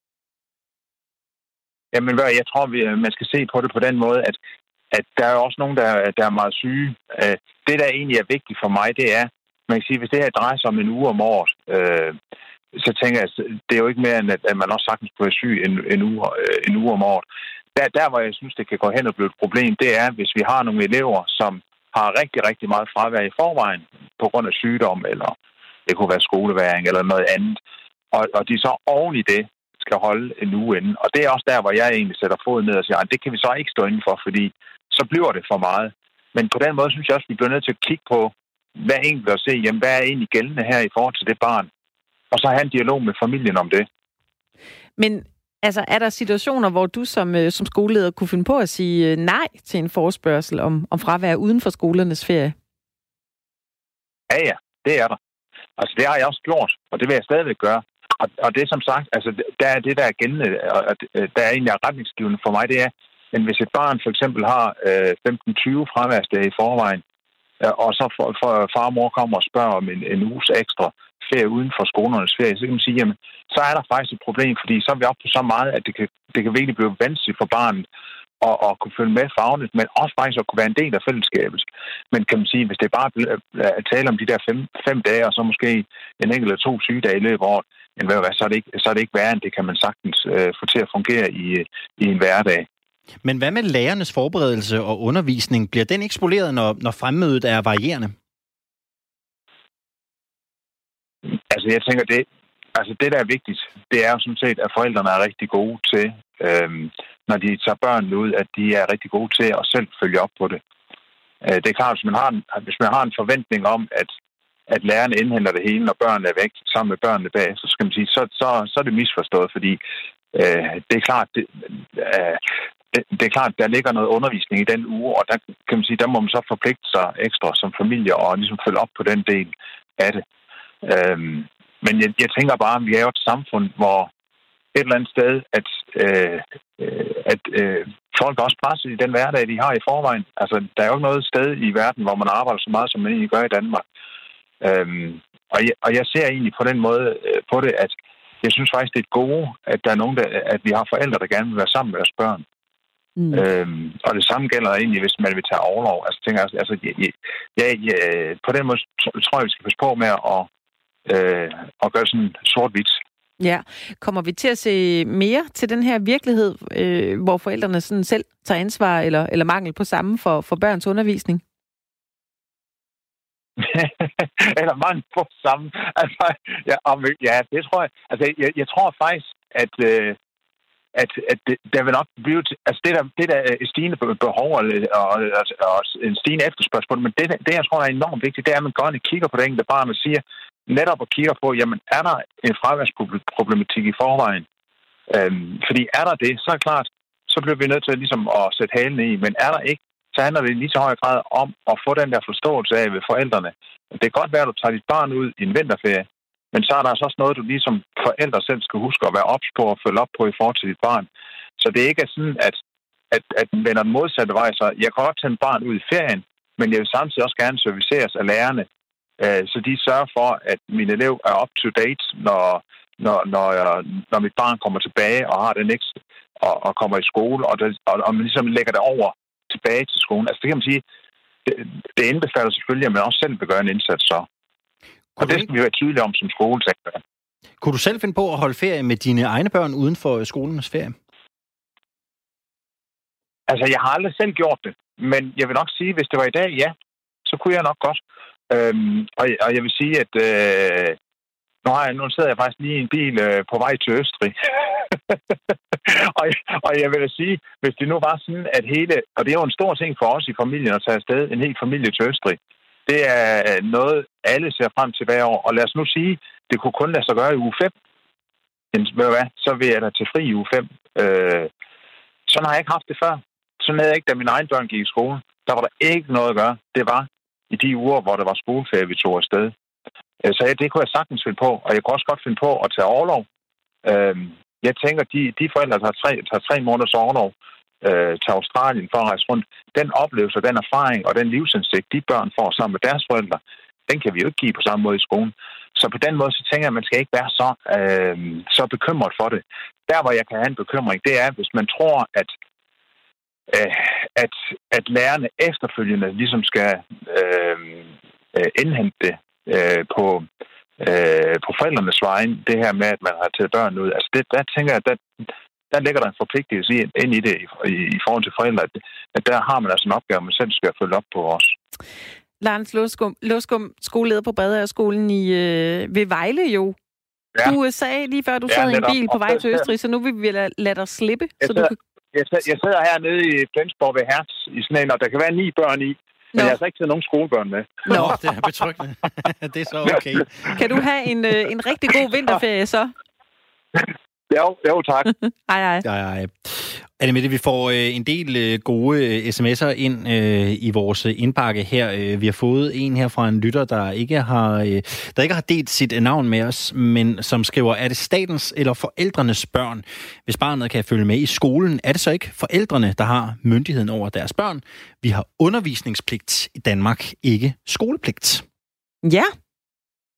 Jamen, jeg tror, man skal se på det på den måde, at der er også nogen, der er meget syge. Det, der egentlig er vigtigt for mig, det er, man kan sige, hvis det her drejer sig om en uge om året, så tænker jeg, det er jo ikke mere, end at man også sagtens kunne være syg en uge om året. Der, hvor jeg synes, det kan gå hen og blive et problem, det er, hvis vi har nogle elever, som har rigtig, rigtig meget fravær i forvejen på grund af sygdom, eller det kunne være skoleværing eller noget andet, og de så oven i det skal holde en uge inden. Og det er også der, hvor jeg egentlig sætter foden ned og siger, at det kan vi så ikke stå inden for, fordi så bliver det for meget. Men på den måde synes jeg også, at vi bliver nødt til at kigge på hver enkelt og se, jamen, hvad er egentlig gældende her i forhold til det barn? Og så have en dialog med familien om det. Men altså, er der situationer, hvor du som skoleleder kunne finde på at sige nej til en forespørgsel om fravær uden for skolernes ferie? Ja, det er der. Altså, det har jeg også gjort, og det vil jeg stadigvæk gøre. Og det som sagt, altså, der er det, der er gældende, og der er egentlig retningsgivende for mig, det er, at hvis et barn for eksempel har 15-20 fraværsdage i forvejen, og så far og mor kommer og spørger om en uges ekstra ferie uden for skolernes ferie, så kan man sige, jamen, så er der faktisk et problem, fordi så er vi oppe på så meget, at det kan virkelig blive vanskeligt for barnet at kunne følge med fagligt, men også faktisk at kunne være en del af fællesskabet. Men kan man sige, hvis det bare at tale om de der 5 dage, og så måske en enkelt eller 2 sygedage i løbet af året, så er det ikke værre end det, kan man sagtens få til at fungere i en hverdag. Men hvad med lærernes forberedelse og undervisning? Bliver den ikke spoleret, når fremmødet er varierende? Altså, jeg tænker, det, der er vigtigt, det er jo sådan set, at forældrene er rigtig gode til, når de tager børnene ud, at de er rigtig gode til at selv følge op på det. Det er klart, hvis man har en forventning om, at lærerne indhenter det hele, når børnene er væk sammen med børnene bag, så skal man sige, så er det misforstået, fordi det er klart, det er klart, der ligger noget undervisning i den uge, og der kan man sige, der må man så forpligte sig ekstra som familie og ligesom følge op på den del af det. Men jeg tænker bare, at vi er jo et samfund, hvor et eller andet sted, at folk er også presset i den hverdag, de har i forvejen. Altså, der er jo ikke noget sted i verden, hvor man arbejder så meget, som man egentlig gør i Danmark. Og jeg ser egentlig på den måde på det, at jeg synes faktisk, det er et gode, at der er nogen, at vi har forældre, der gerne vil være sammen med deres børn. Og det samme gælder egentlig, hvis man vil tage overlov. Altså, tænker jeg, altså, på den måde tror jeg, vi skal passe på med at gøre sådan sort-hvidt. Ja. Kommer vi til at se mere til den her virkelighed, hvor forældrene sådan selv tager ansvar eller mangel på samme for børns undervisning? Eller mangel på samme. Altså, det tror jeg. Altså, jeg tror faktisk, at der vil nok blive altså det der stigende behov og en stigende efterspørgsel, men det jeg tror er enormt vigtigt, det er, at man går ind og kigger på det enkelte barn og siger, netop og kigger på, jamen er der en fraværsproblematik i forvejen? Fordi er der det, så er det klart, så bliver vi nødt til ligesom at sætte halen i, men er der ikke, så handler det i lige så høj grad om at få den der forståelse af ved forældrene. Det kan godt være, at du tager dit barn ud i en vinterferie, men så er der også noget, du ligesom forældre selv skal huske at være ops på og følge op på i forhold til dit barn. Så det ikke er sådan, at den vender den modsatte vej. Så jeg kan godt tage et barn ud i ferien, men jeg vil samtidig også gerne serviceres af lærerne, så de sørger for, at min elev er up to date, når mit barn kommer tilbage og har den ekstra og kommer i skole, og man ligesom lægger det over tilbage til skolen. Altså det kan man sige, det indbefatter selvfølgelig, at man også selv vil gøre en indsats så. Og det skal vi være tydelige om som skole. Kunne du selv finde på at holde ferie med dine egne børn uden for skolens ferie? Altså, jeg har aldrig selv gjort det. Men jeg vil nok sige, hvis det var i dag, ja, så kunne jeg nok godt. Og jeg vil sige, at nu sidder jeg faktisk lige i en bil på vej til Østrig. og jeg vil da sige, hvis det nu var sådan, at og det er jo en stor ting for os i familien at tage afsted, en hel familie til Østrig. Det er noget, alle ser frem til hver år. Og lad os nu sige, det kunne kun lade sig gøre i uge 5. Så vil jeg da til fri i uge 5. Sådan har jeg ikke haft det før. Sådan havde jeg ikke, da mine egne børn gik i skole. Der var der ikke noget at gøre. Det var i de uger, hvor der var skoleferie, vi tog afsted. Så det kunne jeg sagtens finde på. Og jeg kunne også godt finde på at tage orlov. Jeg tænker, de forældre, der tager 3 måneders orlov til Australien for at rejse rundt, den oplevelse, den erfaring og den livsindsigt, de børn får sammen med deres forældre, den kan vi jo ikke give på samme måde i skolen. Så på den måde, så tænker jeg, at man skal ikke være så bekymret for det. Der, hvor jeg kan have en bekymring, det er, hvis man tror, at lærerne efterfølgende ligesom skal indhente det på forældrenes vejen, det her med, at man har taget børn ud. Altså, der tænker jeg, der ligger der en forpligtelse ind i det i forhold til forældre, at der har man altså en opgave, man selv skal følge op på også. Lars Loskum, skoleleder på Bredahøjskolen ved Vejle jo. Ja. Du sagde lige før, du sad i en bil på vej til Østrig, så nu vil vi lade dig slippe. Jeg sidder hernede i Flensborg ved Hertz i sådan en, og der kan være 9 børn i, men jeg har altså ikke taget nogen skolebørn med. Nå, det er betryggende. Det er så okay. Kan du have en rigtig god vinterferie så? Jo, tak. Hej. Annemette, vi får en del gode sms'er ind i vores indpakke her. Vi har fået en her fra en lytter, der ikke har delt sit navn med os, men som skriver, er det statens eller forældrenes børn? Hvis barnet kan følge med i skolen, er det så ikke forældrene, der har myndigheden over deres børn? Vi har undervisningspligt i Danmark, ikke skolepligt. Ja.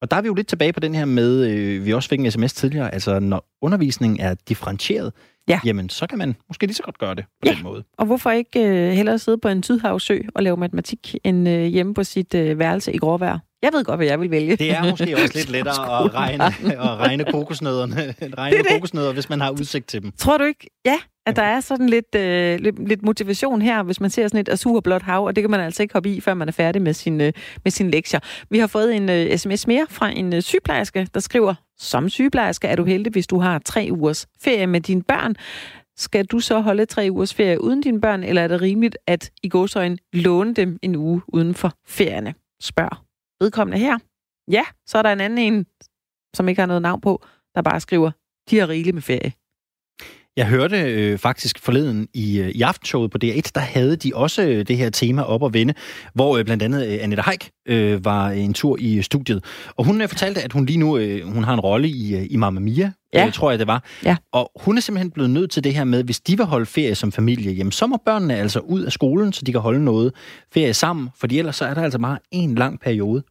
Og der er vi jo lidt tilbage på den her med, vi også fik en sms tidligere, altså når undervisningen er differentieret, jamen så kan man måske lige så godt gøre det på den måde. Og hvorfor ikke hellere sidde på en Sydhavsø og lave matematik, end hjemme på sit værelse i gråvejr? Jeg ved godt, hvad jeg vil vælge. Det er måske også lidt lettere at regne kokosnødder, hvis man har udsigt til dem. Tror du ikke? Ja, at der er sådan lidt motivation her, hvis man ser sådan et azurblåt hav, og det kan man altså ikke hoppe i, før man er færdig med sine lektier. Vi har fået en sms mere fra en sygeplejerske, der skriver: som sygeplejerske er du heldig, hvis du har 3 ugers ferie med dine børn. Skal du så holde 3 ugers ferie uden dine børn, eller er det rimeligt at i gåseøjne låne dem en uge uden for ferierne? Spørger vedkommende her. Ja, så er der en anden som ikke har noget navn på, der bare skriver: de har rigeligt med ferie. Jeg hørte faktisk forleden i aftenshowet på DR1, der havde de også det her tema op at vende, hvor blandt andet Annette Heick var en tur i studiet. Og hun fortalte, at hun lige nu hun har en rolle i Mamma Mia, tror jeg det var. Ja. Og hun er simpelthen blevet nødt til det her med, hvis de vil holde ferie som familie, jamen så må børnene altså ud af skolen, så de kan holde noget ferie sammen, fordi ellers så er der altså bare en lang periode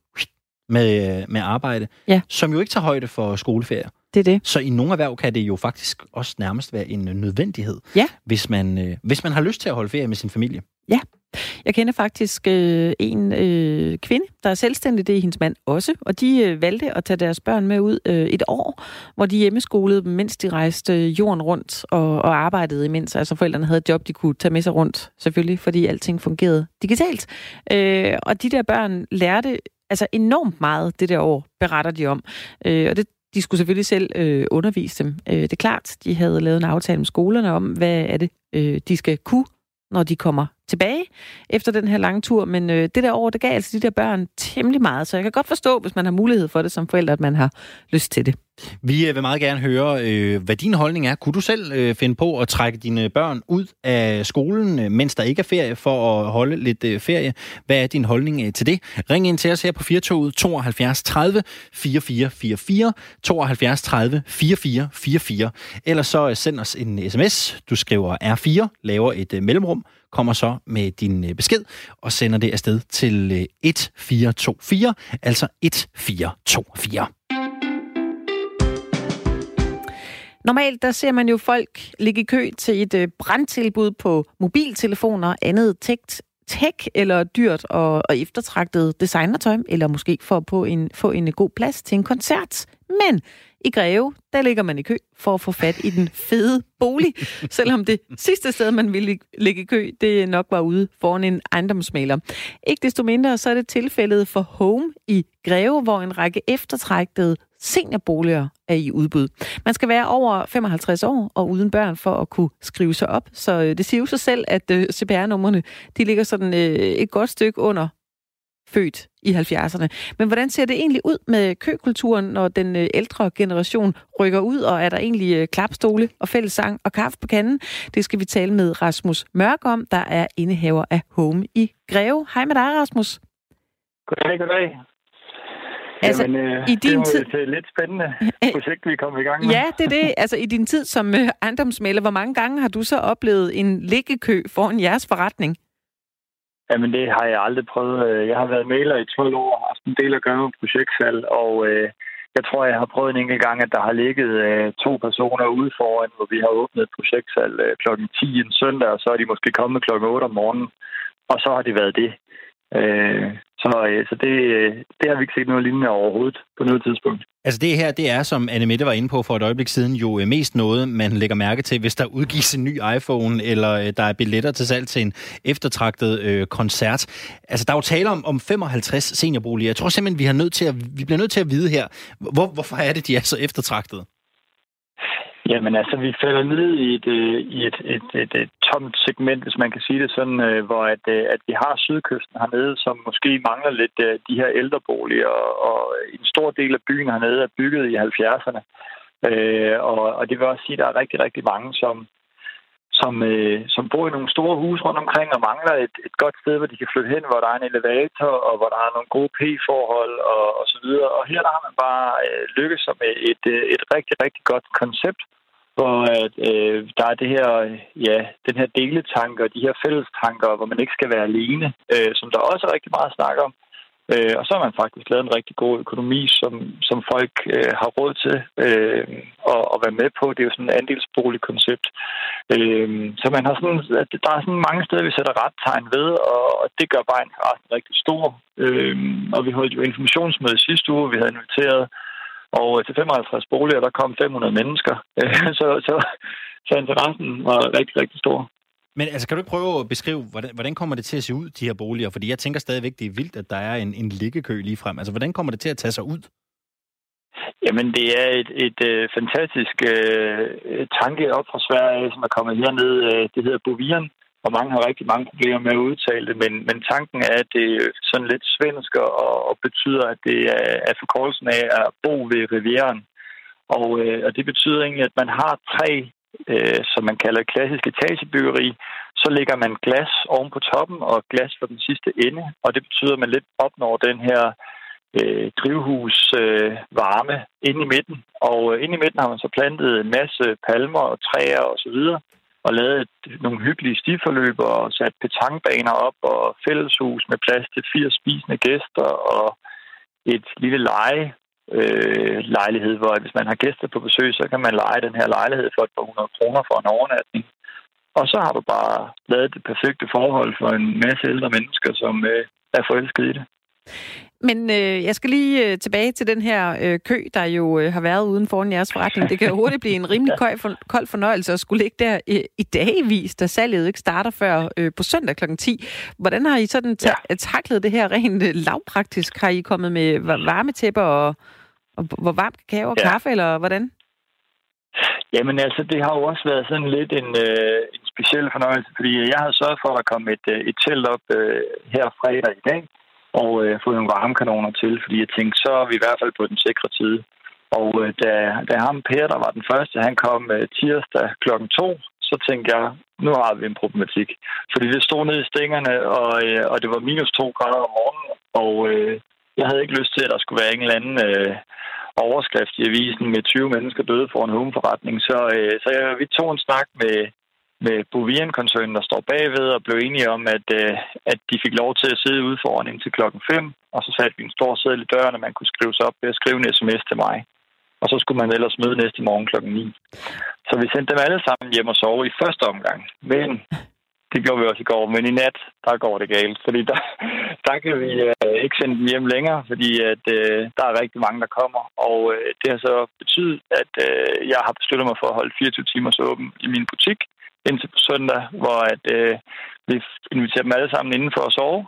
med arbejde, som jo ikke tager højde for skoleferie. Det er det. Så i nogle erhverv kan det jo faktisk også nærmest være en nødvendighed, hvis man har lyst til at holde ferie med sin familie. Ja. Jeg kender faktisk en kvinde, der er selvstændig, det er hendes mand også, og de valgte at tage deres børn med ud et år, hvor de hjemmeskolede dem, mens de rejste jorden rundt og arbejdede imens. Altså forældrene havde et job, de kunne tage med sig rundt, selvfølgelig, fordi alting fungerede digitalt. Og de der børn lærte altså enormt meget det der år, beretter de om. Og de skulle selvfølgelig selv undervise dem. Det er klart, de havde lavet en aftale med skolerne om, hvad er det, de skal kunne, når de kommer tilbage efter den her lange tur. Men det der år, det gav altså de der børn temmelig meget. Så jeg kan godt forstå, hvis man har mulighed for det som forælder, at man har lyst til det. Vi vil meget gerne høre, hvad din holdning er. Kunne du selv finde på at trække dine børn ud af skolen, mens der ikke er ferie, for at holde lidt ferie? Hvad er din holdning til det? Ring ind til os her på 4-toget 72 30 4444, 72 30 4444. Eller så send os en sms. Du skriver R4, laver et mellemrum, kommer så med din besked og sender det afsted til 1424, altså 1424. Normalt der ser man jo folk ligge i kø til et brandtilbud på mobiltelefoner, andet tech eller dyrt og eftertragtet designertøj, eller måske for at få en god plads til en koncert. Men i Greve, der ligger man i kø for at få fat i den fede bolig, selvom det sidste sted, man ville ligge i kø, det nok var ude foran en ejendomsmægler. Ikke desto mindre, så er det tilfældet for Home i Greve, hvor en række eftertragtede seniorboliger er i udbud. Man skal være over 55 år og uden børn for at kunne skrive sig op, så det siger jo sig selv, at CPR-numrene, de ligger sådan et godt stykke under født i 70'erne. Men hvordan ser det egentlig ud med køkulturen, når den ældre generation rykker ud, og er der egentlig klapstole og fællessang og kaffe på kanden? Det skal vi tale med Rasmus Mørk om, der er indehaver af Home i Greve. Hej med dig, Rasmus. Goddag. Altså, i din tid... Det er et lidt spændende projekt, vi kommer i gang med. Ja, det er det. Altså, i din tid som ejendomsmægler, hvor mange gange har du så oplevet en liggekø foran jeres forretning? Jamen, det har jeg aldrig prøvet. Jeg har været mægler i 12 år og haft en del at gøre med projektsalg, og jeg tror, jeg har prøvet en enkelt gang, at der har ligget 2 personer ude foran, hvor vi har åbnet et projektsalg klokken 10 en søndag, og så er de måske kommet klokken 8 om morgenen, og så har det været det. Så det har vi ikke set noget lignende overhovedet på noget tidspunkt. Altså det her, det er, som Anne Mette var inde på for et øjeblik siden, jo mest noget, man lægger mærke til, hvis der udgives en ny iPhone, eller der er billetter til salg til en eftertragtet koncert. Altså der er jo tale om 55 seniorboliger. Jeg tror simpelthen, vi bliver nødt til at vide her, hvorfor er det, de er så eftertragtede? Jamen altså, vi falder ned i et tomt segment, hvis man kan sige det sådan, hvor at vi har sydkysten hernede, som måske mangler lidt de her ældreboliger, og en stor del af byen hernede er bygget i 70'erne. Og det vil også sige, at der er rigtig, rigtig mange, som bor i nogle store huse rundt omkring og mangler et godt sted, hvor de kan flytte hen, hvor der er en elevator, og hvor der er nogle gode p-forhold og så videre. Og her der har man bare lykkes sig med et rigtig, rigtig godt koncept, hvor der er det her, den her deletanker og de her fællestanker, hvor man ikke skal være alene, som der også er rigtig meget snak om. Og så har man faktisk lavet en rigtig god økonomi, som folk har råd til at være med på. Det er jo sådan et andelsboligkoncept. Så man har sådan, der er sådan mange steder, vi sætter rettegn ved, og det gør bare interessen rigtig stor. Og vi holdt jo informationsmøde sidste uge, vi havde inviteret, og til 55 boliger, der kom 500 mennesker. Så interessen var rigtig, rigtig stor. Men altså, kan du ikke prøve at beskrive, hvordan kommer det til at se ud, de her boliger? Fordi jeg tænker stadigvæk, det er vildt, at der er en liggekø lige frem. Altså, hvordan kommer det til at tage sig ud? Jamen, det er et fantastisk tanke op fra Sverige, som er kommet herned. Det hedder Boviren, og mange har rigtig mange problemer med at udtale det. Men tanken er, at det er sådan lidt svensk og betyder, at det er forkortelsen af at bo ved Rivieren. Og det betyder egentlig, at man har 3 som man kalder klassisk etagebyggeri, så lægger man glas oven på toppen og glas for den sidste ende, og det betyder, at man lidt opnår den her drivhusvarme inde i midten. Og inde i midten har man så plantet en masse palmer og træer og så videre, og lavet nogle hyggelige stiforløb og sat petanquebaner op og fælleshus med plads til 80 spisende gæster og et lille lejlighed, hvor hvis man har gæster på besøg, så kan man leje den her lejlighed for et par 100 kroner for en overnatning. Og så har du bare lavet det perfekte forhold for en masse ældre mennesker, som er forelsket i det. Men jeg skal lige tilbage til den her kø, der jo har været uden foran jeres forretning. Det kan jo hurtigt blive en rimelig kold fornøjelse at skulle ligge der i dagvis, da salget ikke starter før på søndag kl. 10. Hvordan har I sådan taklet det her rent lavpraktisk? Har I kommet med varmetæpper og hvor varmt kakao og kaffe, eller hvordan? Jamen altså, det har jo også været sådan lidt en speciel fornøjelse, fordi jeg har sørget for, at der kom et telt op her fredag i dag, og fået nogle varmekanoner til, fordi jeg tænkte, så er vi i hvert fald på den sikre side. Og da ham Per, der var den første, han kom tirsdag kl. 2, så tænkte jeg, nu har vi en problematik. Fordi det stod nede i stængerne, og det var minus 2 grader om morgenen, og jeg havde ikke lyst til, at der skulle være en eller anden overskrift i avisen med 20 mennesker døde for en homeforretning. Så vi tog en snak med Boviren-koncernen, der står bagved, og blev enige om, at de fik lov til at sidde ude foran indtil klokken 5. Og så satte vi en stor seddel i døren, at man kunne skrive sig op ved at skrive en sms til mig. Og så skulle man ellers møde næste morgen klokken 9. Så vi sendte dem alle sammen hjem og sove i første omgang. Men det gjorde vi også i går, men i nat, der går det galt. Fordi der kan vi ikke sende dem hjem længere, fordi at, der er rigtig mange, der kommer. Og det har så betydet, at jeg har besluttet mig for at holde 24 timer åben i min butik indtil på søndag, hvor at, vi inviterer dem alle sammen indenfor at sove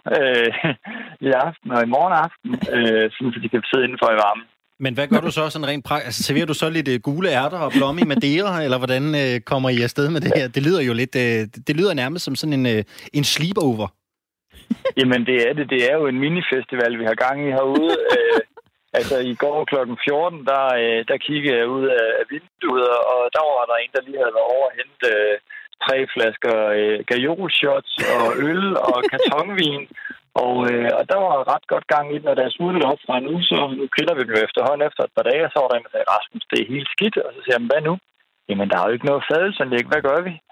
i aften og i morgen aften, så de kan sidde indenfor i varmen. Men hvad gør du så sådan rent praktisk? Altså, serverer du så lidt gule ærter og blomme i Madeira, eller hvordan kommer I afsted med det her? Det lyder jo lidt, det lyder nærmest som sådan en sleepover. Jamen det er det. Det er jo en minifestival, vi har gang i herude. Altså i går kl. 14, der kiggede jeg ud af vinduet, og der var der en, der lige havde været over at hente 3 flasker gajol-shots og øl og kartonvin. Og der var ret godt gang i den, og da jeg smuttede op fra nu, så nu kender vi dem jo efterhånden efter et par dage, og så var der en, der sagde, Rasmus, det er helt skidt. Og så siger jeg, hvad nu? Jamen, der er jo ikke noget fadelsanlæg, hvad gør vi?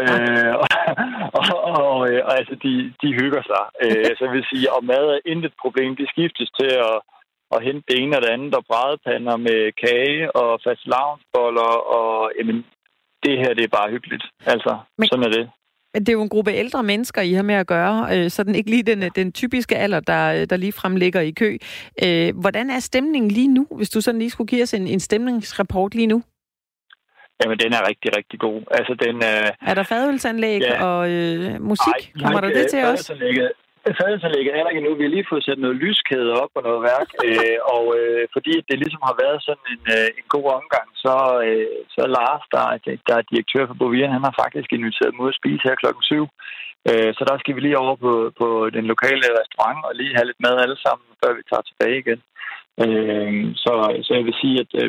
Og altså, de hygger sig. Så jeg vil sige, og mad er intet problem. De skiftes til at hente det ene og det andet, og brædepander med kage og fastelavnsboller, og jamen, det her, det er bare hyggeligt. Altså, sådan er det. Det er jo en gruppe ældre mennesker, I har med at gøre, så den ikke lige den typiske alder, der ligefrem ligger i kø. Hvordan er stemningen lige nu, hvis du sådan lige skulle give os en stemningsrapport lige nu? Jamen, den er rigtig, rigtig god. Altså, er der fadølsanlæg og musik? Nej, kommer der det til os? Fadelsanlægget er der ikke endnu. Vi har lige fået sat noget lyskæde op og noget værk, og fordi det ligesom har været sådan en god omgang, så Lars, der er direktør for Boviren, han har faktisk inviteret mod at spise her klokken 7. Så der skal vi lige over på den lokale restaurant og lige have lidt mad alle sammen, før vi tager tilbage igen. Så jeg vil sige, at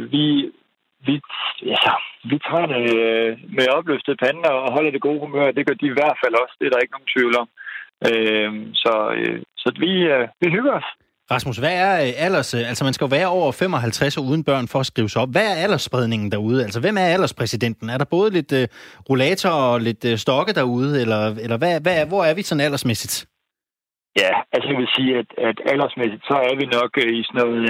vi tager det med opløftet pande og holder det gode humør. Det gør de i hvert fald også. Det er der ikke nogen tvivl om. Så vi hygger os. Rasmus, hvad er alders... Altså, man skal jo være over 55 og uden børn for at skrive sig op. Hvad er aldersspredningen derude? Altså, hvem er alderspræsidenten? Er der både lidt rollator og lidt stokke derude? Eller hvor er vi sådan aldersmæssigt? Ja, altså jeg vil sige, at aldersmæssigt, så er vi nok i sådan noget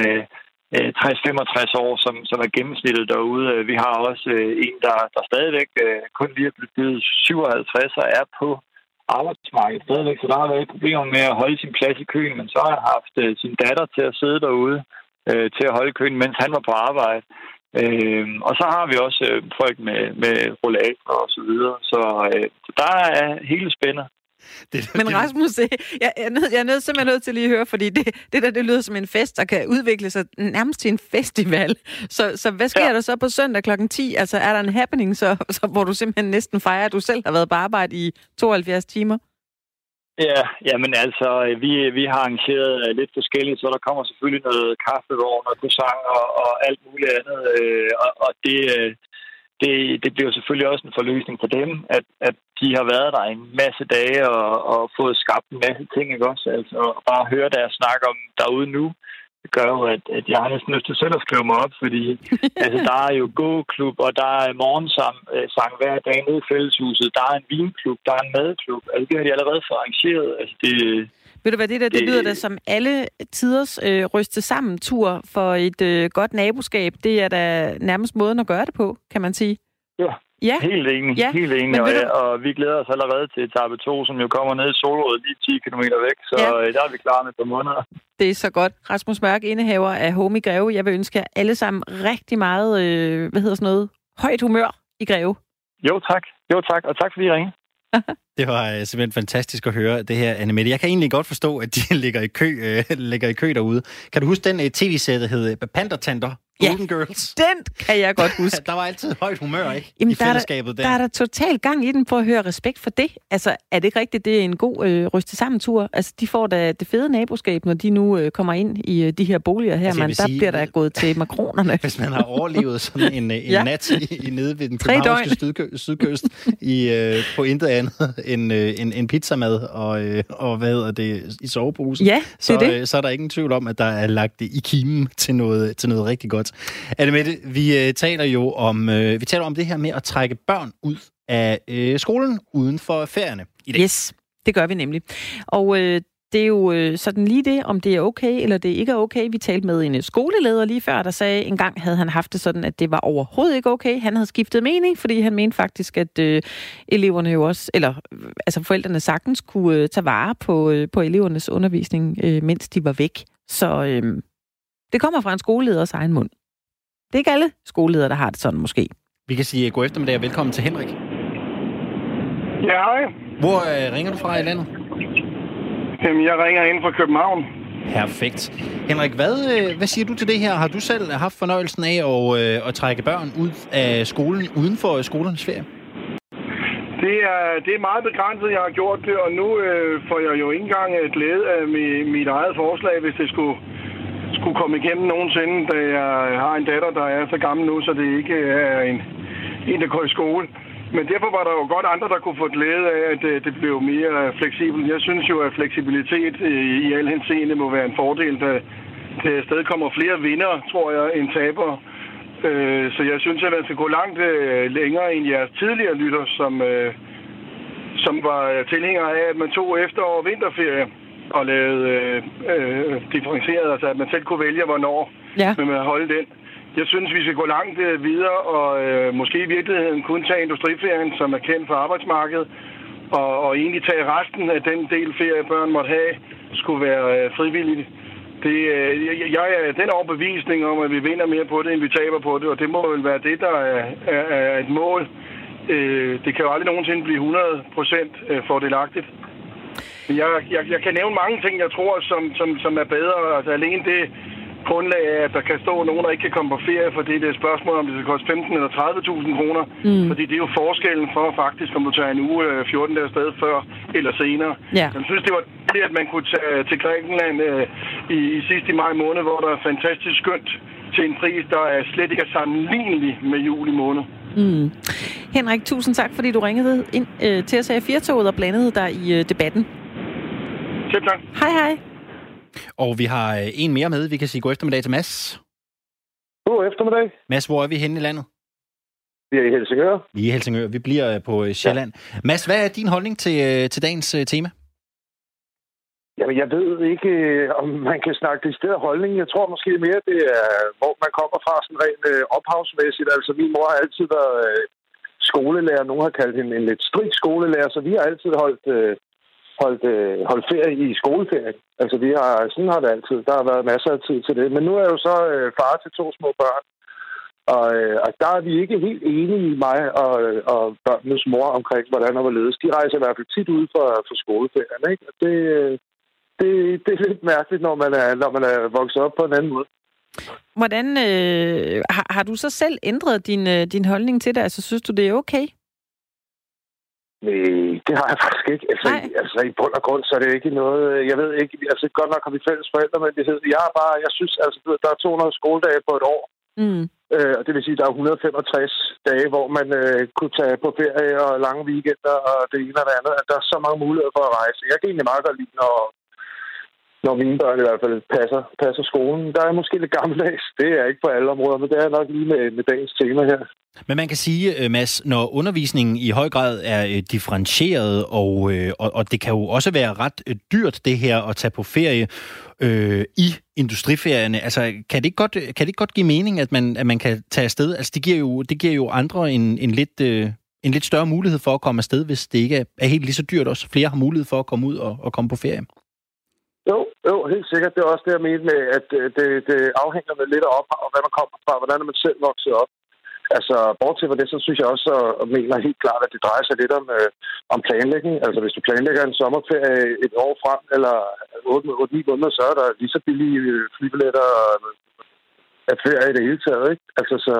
60-65 år, som er gennemsnittet derude. Vi har også en, der stadigvæk kun lige er blevet 57 og er på arbejdsmarkedet stadigvæk, så der har været problemer med at holde sin plads i køen, men så har jeg haft sin datter til at sidde derude til at holde køen, mens han var på arbejde. Og så har vi også folk med rollator og så videre, så der er hele spændet. Men Rasmus, jeg er simpelthen nødt til lige at høre, fordi det lyder som en fest, der kan udvikle sig nærmest til en festival. Så hvad sker der så på søndag kl. 10? Altså er der en happening, så hvor du simpelthen næsten fejrer, at du selv har været på arbejde i 72 timer? Ja, men altså, vi har arrangeret lidt forskelligt, så der kommer selvfølgelig noget kaffevogn og croissant og alt muligt andet, og det bliver selvfølgelig også en forløsning for dem, at de har været der en masse dage og fået skabt en masse ting, ikke også? Altså, bare høre deres snak om derude nu, det gør jo, at jeg har næsten lyst til selv at skrive mig op, fordi altså, der er jo gåklub, og der er morgensang hver dag nede i fælleshuset, der er en vinklub, der er en madklub, altså det har de allerede fået arrangeret. Altså, ved du hvad, det lyder da som alle tiders ryste sammen tur for et godt naboskab. Det er da nærmest måden at gøre det på, kan man sige. Ja, helt enig. Ja. Helt enig. Og vi glæder os allerede til etape 2, som jo kommer ned i Solrød lige 10 km væk, så der er vi klar med et par måneder. Det er så godt. Rasmus Mørk, indehaver af Home i Greve. Jeg vil ønske jer alle sammen rigtig meget, højt humør i Greve. Jo tak, og tak fordi I ringede. Det var simpelthen fantastisk at høre det her, Anne Mette. Jeg kan egentlig godt forstå, at de ligger i kø derude. Kan du huske den tv-serie, der hed Pandertanter? Golden Girls. Den kan jeg godt huske. Der var altid højt humør, ikke? Jamen, i fællesskabet der er der total gang i den for at høre respekt for det. Altså, er det ikke rigtigt, det er en god ryste sammen tur? Altså, de får da det fede naboskab, når de nu kommer ind i de her boliger her. Altså, der bliver der gået til makronerne. Hvis man har overlevet sådan en nat nede ved den københavnske sydkyst på intet andet end pizzamad og hvad hedder det, i soveposen, så er der ingen tvivl om, at der er lagt i kimen til noget rigtig godt. Anne Mette, vi taler jo om det her med at trække børn ud af skolen uden for ferierne i dag. Yes, det gør vi nemlig. Og det er jo sådan lige det, om det er okay eller det ikke er okay. Vi talte med en skoleleder lige før, der sagde, en gang havde han haft det sådan, at det var overhovedet ikke okay. Han havde skiftet mening, fordi han mente faktisk, at eleverne jo også, altså forældrene sagtens kunne tage vare på elevernes undervisning, mens de var væk. Så det kommer fra en skoleleders egen mund. Det er ikke alle skoleledere, der har det sådan måske. Vi kan sige god eftermiddag og velkommen til Henrik. Ja, hej. Hvor ringer du fra i landet? Jamen, jeg ringer ind fra København. Perfekt. Henrik, hvad siger du til det her? Har du selv haft fornøjelsen af at trække børn ud af skolen uden for skolernes ferie? Det er meget begrænset, jeg har gjort det, og nu får jeg jo ikke engang glæde af mit eget forslag, hvis det skulle komme igennem nogensinde, da jeg har en datter, der er så gammel nu, så det ikke er en der går i skole. Men derfor var der jo godt andre, der kunne få glæde af, at det blev mere fleksibelt. Jeg synes jo, at fleksibilitet i al henseende må være en fordel, da til afsted kommer flere vinder, tror jeg, end tabere. Så jeg synes, at man skal gå langt længere end jeres tidligere lytter, som var tilhængere af, at man tog efterår- og vinterferie og lavede differentieret, altså at man selv kunne vælge, hvornår man vil holde den. Jeg synes, vi skal gå langt videre og måske i virkeligheden kun tage industriferien, som er kendt for arbejdsmarkedet, og egentlig tage resten af den del ferie, børn måtte have, skulle være frivilligt. Jeg er den overbevisning om, at vi vinder mere på det, end vi taber på det, og det må vel være det, der er et mål. Det kan jo aldrig nogensinde blive 100% fordelagtigt. Jeg kan nævne mange ting, jeg tror, som er bedre. Altså alene det grundlag af, at der kan stå nogen, der ikke kan komme på ferie, fordi det er et spørgsmål, om det skal koste 15 eller 30.000 kroner. Fordi det er jo forskellen for faktisk, om du tager en uge 14 dage afsted før eller senere. Ja. Jeg synes, det var det, at man kunne tage til Grækenland i sidste maj måned, hvor der er fantastisk skønt til en pris, der er slet ikke er sammenlignelig med juli måned. Henrik, tusind tak, fordi du ringede ind til os her i Firtoget og blandede dig i debatten. Selv tak. Hej. Og vi har en mere med. Vi kan sige god eftermiddag til Mads. God eftermiddag. Mads, hvor er vi henne i landet? Vi er i Helsingør. Vi er i Helsingør. Vi bliver på Sjælland. Ja. Mads, hvad er din holdning til dagens tema? Jamen, jeg ved ikke, om man kan snakke det i stedet holdning. Jeg tror måske mere, det er, hvor man kommer fra sådan rent ophavsmæssigt. Altså, min mor har altid været skolelærer. Nogen har kaldt hende en lidt strik skolelærer, så vi har altid holdt ferie i skoleferien. Altså, sådan har det altid. Der har været masser af tid til det. Men nu er jeg jo så far til 2 små børn. Og der er vi ikke helt enige i mig og børnenes mor omkring, hvordan der var ledes. De rejser i hvert fald tit ud for skoleferien, ikke? Det er lidt mærkeligt, når man er vokset op på en anden måde. Hvordan har du så selv ændret din holdning til det? Altså, synes du, det er okay? Nej, det har jeg faktisk ikke. Altså i bund og grund, så er det ikke noget... Jeg ved ikke... Altså, godt nok har vi fælles forældremyndighed. Jeg synes, altså, der er 200 skoledage på et år. Mm. Og det vil sige, at der er 165 dage, hvor man kunne tage på ferie og lange weekender og det ene og det andet. At der er så mange muligheder for at rejse. Jeg kan egentlig meget godt lide, når mine børn i hvert fald passer skolen. Der er måske lidt gammeldags. Det er ikke på alle områder, men det er nok lige med dagens tema her. Men man kan sige, Mads, når undervisningen i høj grad er differentieret, og det kan jo også være ret dyrt, det her at tage på ferie i industriferierne. Altså, kan det ikke godt give mening, at man kan tage afsted? Altså, det giver jo andre en lidt større mulighed for at komme afsted, hvis det ikke er helt lige så dyrt også. Flere har mulighed for at komme ud og komme på ferie. Jo, helt sikkert. Det er også det, jeg mener med, at det afhænger med lidt af ophav, hvad man kommer fra, hvordan er man selv vokset op. Altså, bortset fra det, så synes jeg også, og mener helt klart, at det drejer sig lidt om planlægning. Altså, hvis du planlægger en sommerferie et år frem, eller 8-9 måneder, så er der lige så billige flybilletter af ferie i det hele taget, ikke? Altså, så...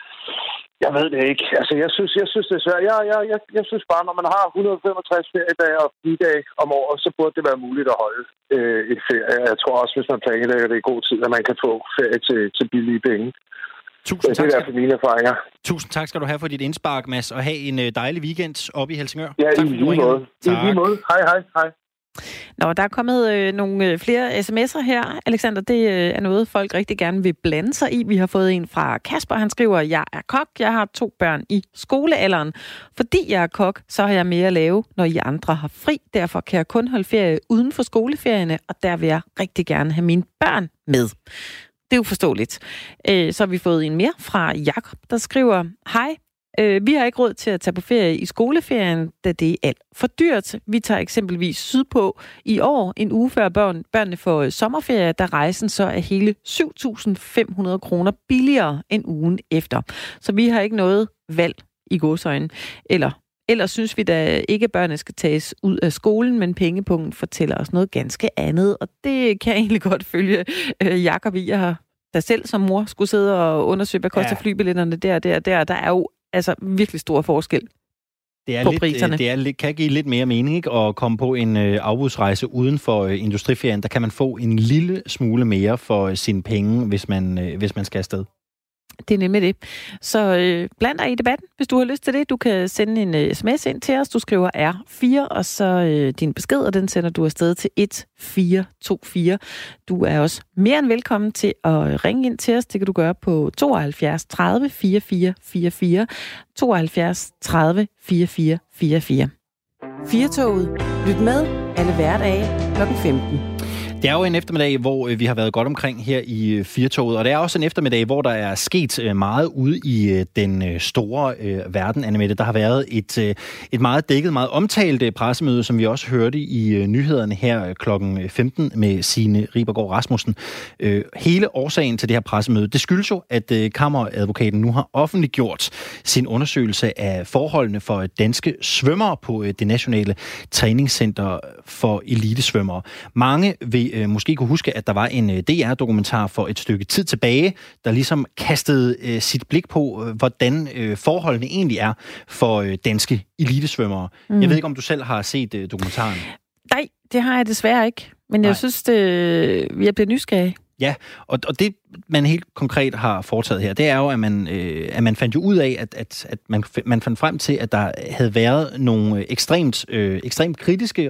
Jeg ved det ikke. Altså, jeg synes det er svært. Jeg synes bare, når man har 165 feriedage og 4 dage om året, så burde det være muligt at holde et ferie. Jeg tror også, hvis man planlægger det i god tid, at man kan få ferie til billige penge. Tusind tak. Det er i hvert fald mine erfaringer. Tusind tak skal du have for dit indspark, Mads, og have en dejlig weekend oppe i Helsingør. Ja, tak, i lige måde. I lige måde. Hej. Nå, der er kommet nogle flere sms'er her, Alexander. Det er noget, folk rigtig gerne vil blande sig i. Vi har fået en fra Kasper. Han skriver, jeg er kok. Jeg har 2 børn i skolealderen. Fordi jeg er kok, så har jeg mere at lave, når I andre har fri. Derfor kan jeg kun holde ferie uden for skoleferierne, og der vil jeg rigtig gerne have mine børn med. Det er jo forståeligt. Så har vi fået en mere fra Jakob, der skriver, hej. Vi har ikke råd til at tage på ferie i skoleferien, da det er alt for dyrt. Vi tager eksempelvis sydpå i år, en uge før børnene får sommerferie, da rejsen så er hele 7.500 kroner billigere end ugen efter. Så vi har ikke noget valg i gåseøjne. Ellers synes vi da ikke, at børnene skal tages ud af skolen, men pengepunkten fortæller os noget ganske andet. Og det kan jeg egentlig godt følge Jakob i. Jeg har da selv som mor skulle sidde og undersøge, hvad koster flybilletterne der. Der er jo altså virkelig stor forskel på priserne. Det kan give lidt mere mening, ikke? At komme på en afbudsrejse uden for industriferien. Der kan man få en lille smule mere for sine penge, hvis man skal afsted. Det er nemlig det. Så bland dig i debatten, hvis du har lyst til det. Du kan sende en sms ind til os. Du skriver R4, og så din besked, og den sender du afsted til 1424. Du er også mere end velkommen til at ringe ind til os. Det kan du gøre på 72 30 44 44. 72 30 44 44. Firtoget. Lyt med alle hverdage kl. 15. Det er jo en eftermiddag, hvor vi har været godt omkring her i Firtoget, og det er også en eftermiddag, hvor der er sket meget ude i den store verden, Annemette. Der har været et meget dækket, meget omtalt pressemøde, som vi også hørte i nyhederne her klokken 15 med Signe Ribergaard Rasmussen. Hele årsagen til det her pressemøde, det skyldes jo, at kammeradvokaten nu har offentliggjort sin undersøgelse af forholdene for danske svømmere på det nationale træningscenter for elitesvømmere. Mange vil måske kunne huske, at der var en DR-dokumentar for et stykke tid tilbage, der ligesom kastede sit blik på, hvordan forholdene egentlig er for danske elitesvømmere. Jeg ved ikke, om du selv har set dokumentaren? Nej, det har jeg desværre ikke. Men jeg synes, jeg bliver nysgerrig. Ja, og det man helt konkret har foretaget her, det er jo, at man fandt jo ud af, at man fandt frem til, at der havde været nogle ekstremt kritiske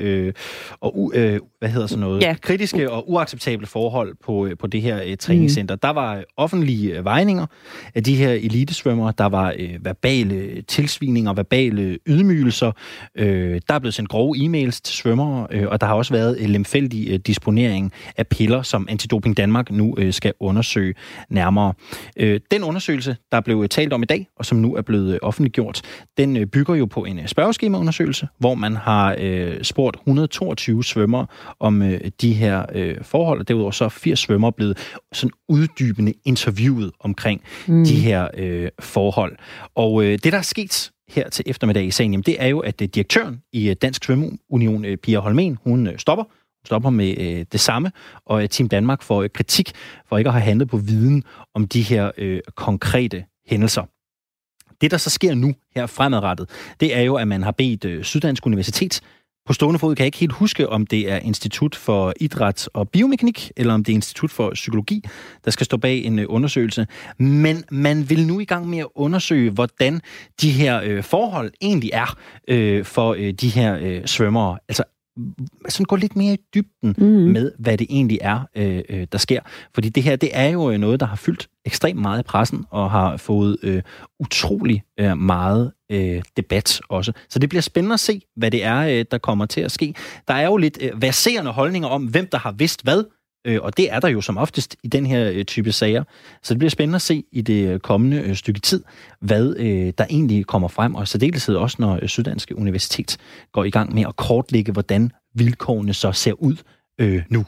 kritiske og uacceptable forhold på det her træningscenter. Der var offentlige vejninger af de her elitesvømmere, der var verbale tilsvininger, verbale ydmygelser, der er blevet sendt grove e-mails til svømmere, og der har også været lemfældig disponering af piller, som Antidoping Danmark nu skal undersøge nærmere. Den undersøgelse, der blev talt om i dag, og som nu er blevet offentliggjort, den bygger jo på en spørgeskemaundersøgelse, hvor man har spurgt 122 svømmere om de her forhold, og derudover så er 80 svømmere blevet sådan uddybende interviewet omkring de her forhold. Og det, der er sket her til eftermiddag i sagen, jamen, det er jo, at direktøren i Dansk Svømmeunion, Pia Holmén, hun stopper med det samme, og Team Danmark får kritik for ikke at have handlet på viden om de her konkrete hændelser. Det, der så sker nu her fremadrettet, det er jo, at man har bedt Syddansk Universitet på stående fod. Kan jeg ikke helt huske, om det er Institut for Idræt og Biomekanik, eller om det er Institut for Psykologi, der skal stå bag en undersøgelse. Men man vil nu i gang med at undersøge, hvordan de her forhold egentlig er for de her svømmere. Altså, sådan gå lidt mere i dybden med, hvad det egentlig er, der sker. Fordi det her, det er jo noget, der har fyldt ekstremt meget i pressen, og har fået utrolig meget debat også. Så det bliver spændende at se, hvad det er, der kommer til at ske. Der er jo lidt verserende holdninger om, hvem der har vidst hvad, og det er der jo som oftest i den her type sager. Så det bliver spændende at se i det kommende stykke tid, hvad der egentlig kommer frem, og særdeleshed også, når Syddanske Universitet går i gang med at kortlægge, hvordan vilkårene så ser ud nu.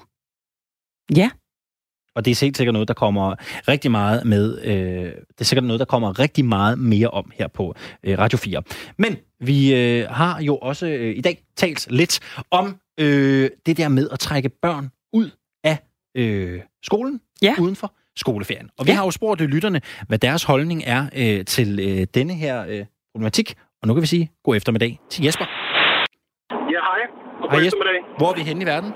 Ja. Og det er helt sikkert noget, der kommer rigtig meget med. Det er sikkert noget, der kommer rigtig meget mere om her på Radio 4. Men vi har jo også i dag talt lidt om det der med at trække børn ud af skolen, uden for skoleferien. Og vi har jo spurgt lytterne, hvad deres holdning er til denne her problematik. Og nu kan vi sige god eftermiddag til Jesper. Ja, hej. Og god eftermiddag. Hvor er vi henne i verden?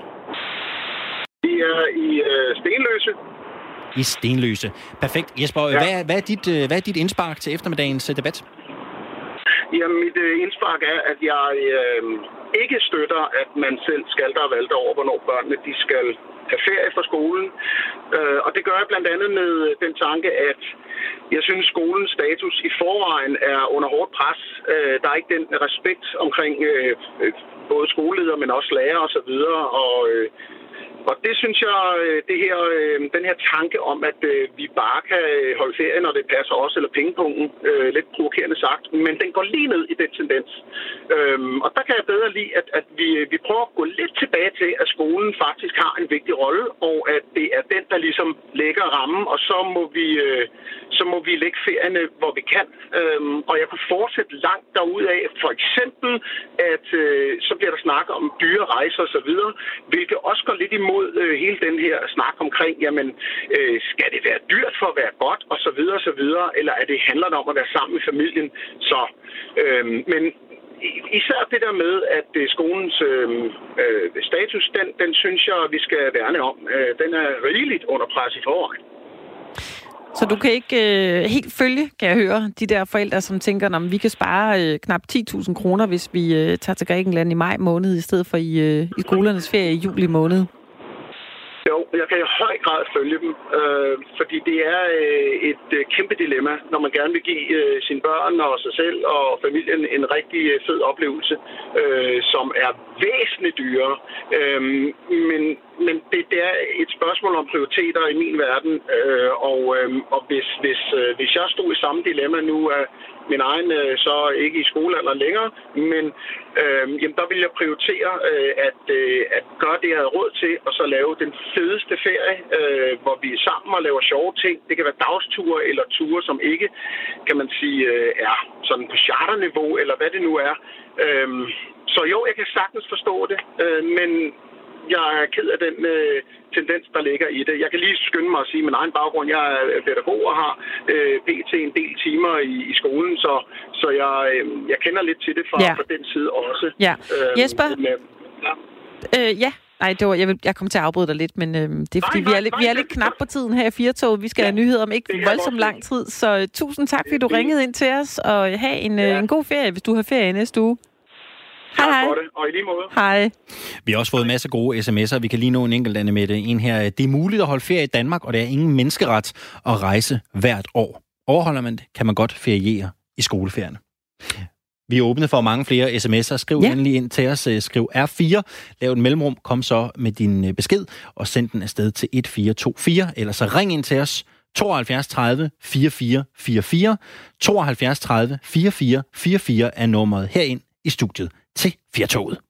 Vi er i Stenløse. I Stenløse. Perfekt. Jesper, hvad er dit indspark til eftermiddagens debat? Jamen, mit indspark er, at jeg ikke støtter, at man selv skalter og valter over, hvornår børnene de skal have ferie fra skolen. Og det gør jeg blandt andet med den tanke, at jeg synes, skolens status i forvejen er under hårdt pres. Der er ikke den respekt omkring både skoleledere, men også lærere osv. Og det synes jeg, den her tanke om, at vi bare kan holde ferie, når det passer os, eller pengepunkten, lidt provokerende sagt, men den går lige ned i den tendens. Og der kan jeg bedre lide, at vi prøver at gå lidt tilbage til, at skolen faktisk har en vigtig rolle, og at det er den, der ligesom lægger rammen, og så må vi lægge ferierne, hvor vi kan. Og jeg kunne fortsætte langt derudaf, for eksempel, at så bliver der snakket om dyre rejser osv., hvilket også går lidt imod hele den her snak omkring, jamen, skal det være dyrt for at være godt, og så videre, eller er det handler det om at være sammen med familien? Så, men især det der med, at skolens status, den synes jeg, vi skal værne om. Den er rigeligt under pres i forvejen. Så du kan ikke helt følge, kan jeg høre, de der forældre, som tænker, at vi kan spare knap 10.000 kroner, hvis vi tager til Grækenland i maj måned, i stedet for i skolernes ferie i juli måned? Jo, jeg kan i høj grad følge dem, fordi det er et kæmpe dilemma, når man gerne vil give sine børn og sig selv og familien en rigtig fed oplevelse, som er væsentligt dyrere. Men det er et spørgsmål om prioriteter i min verden, og hvis jeg stod i samme dilemma nu, er min egen så ikke i skolealder længere, men jamen, der vil jeg prioritere at gøre det, jeg havde råd til, og så lave den fedeste ferie, hvor vi er sammen og laver sjove ting. Det kan være dagsture eller ture, som ikke, kan man sige, er sådan på charterniveau, eller hvad det nu er. Så jo, jeg kan sagtens forstå det, men jeg er ked af den tendens, der ligger i det. Jeg kan lige skynde mig at sige min egen baggrund. Jeg er pædagog og har pt. En del timer i skolen, så jeg kender lidt til det fra den side også. Ja. Jesper? Nej, jeg kom til at afbryde dig lidt, men det er fordi, vi er lidt knap på tiden her i Firtoget. Vi skal have nyheder om ikke voldsomt lang tid, så tusind tak, fordi du ringede ind til os, og have en god ferie, hvis du har ferie næste uge. Hej. Og i lige måde. Hej. Vi har også fået en masse gode sms'er. Vi kan lige nå en enkelt med det. En her. Det er muligt at holde ferie i Danmark, og det er ingen menneskeret at rejse hvert år. Overholder man det, kan man godt feriere i skoleferien. Vi er åbne for mange flere sms'er. Skriv endelig ind til os. Skriv R4. Lav et mellemrum. Kom så med din besked og send den afsted til 1424. Eller så ring ind til os. 72 30 44 44. 72 30 44 44 er nummeret herind i studiet til Firtoget.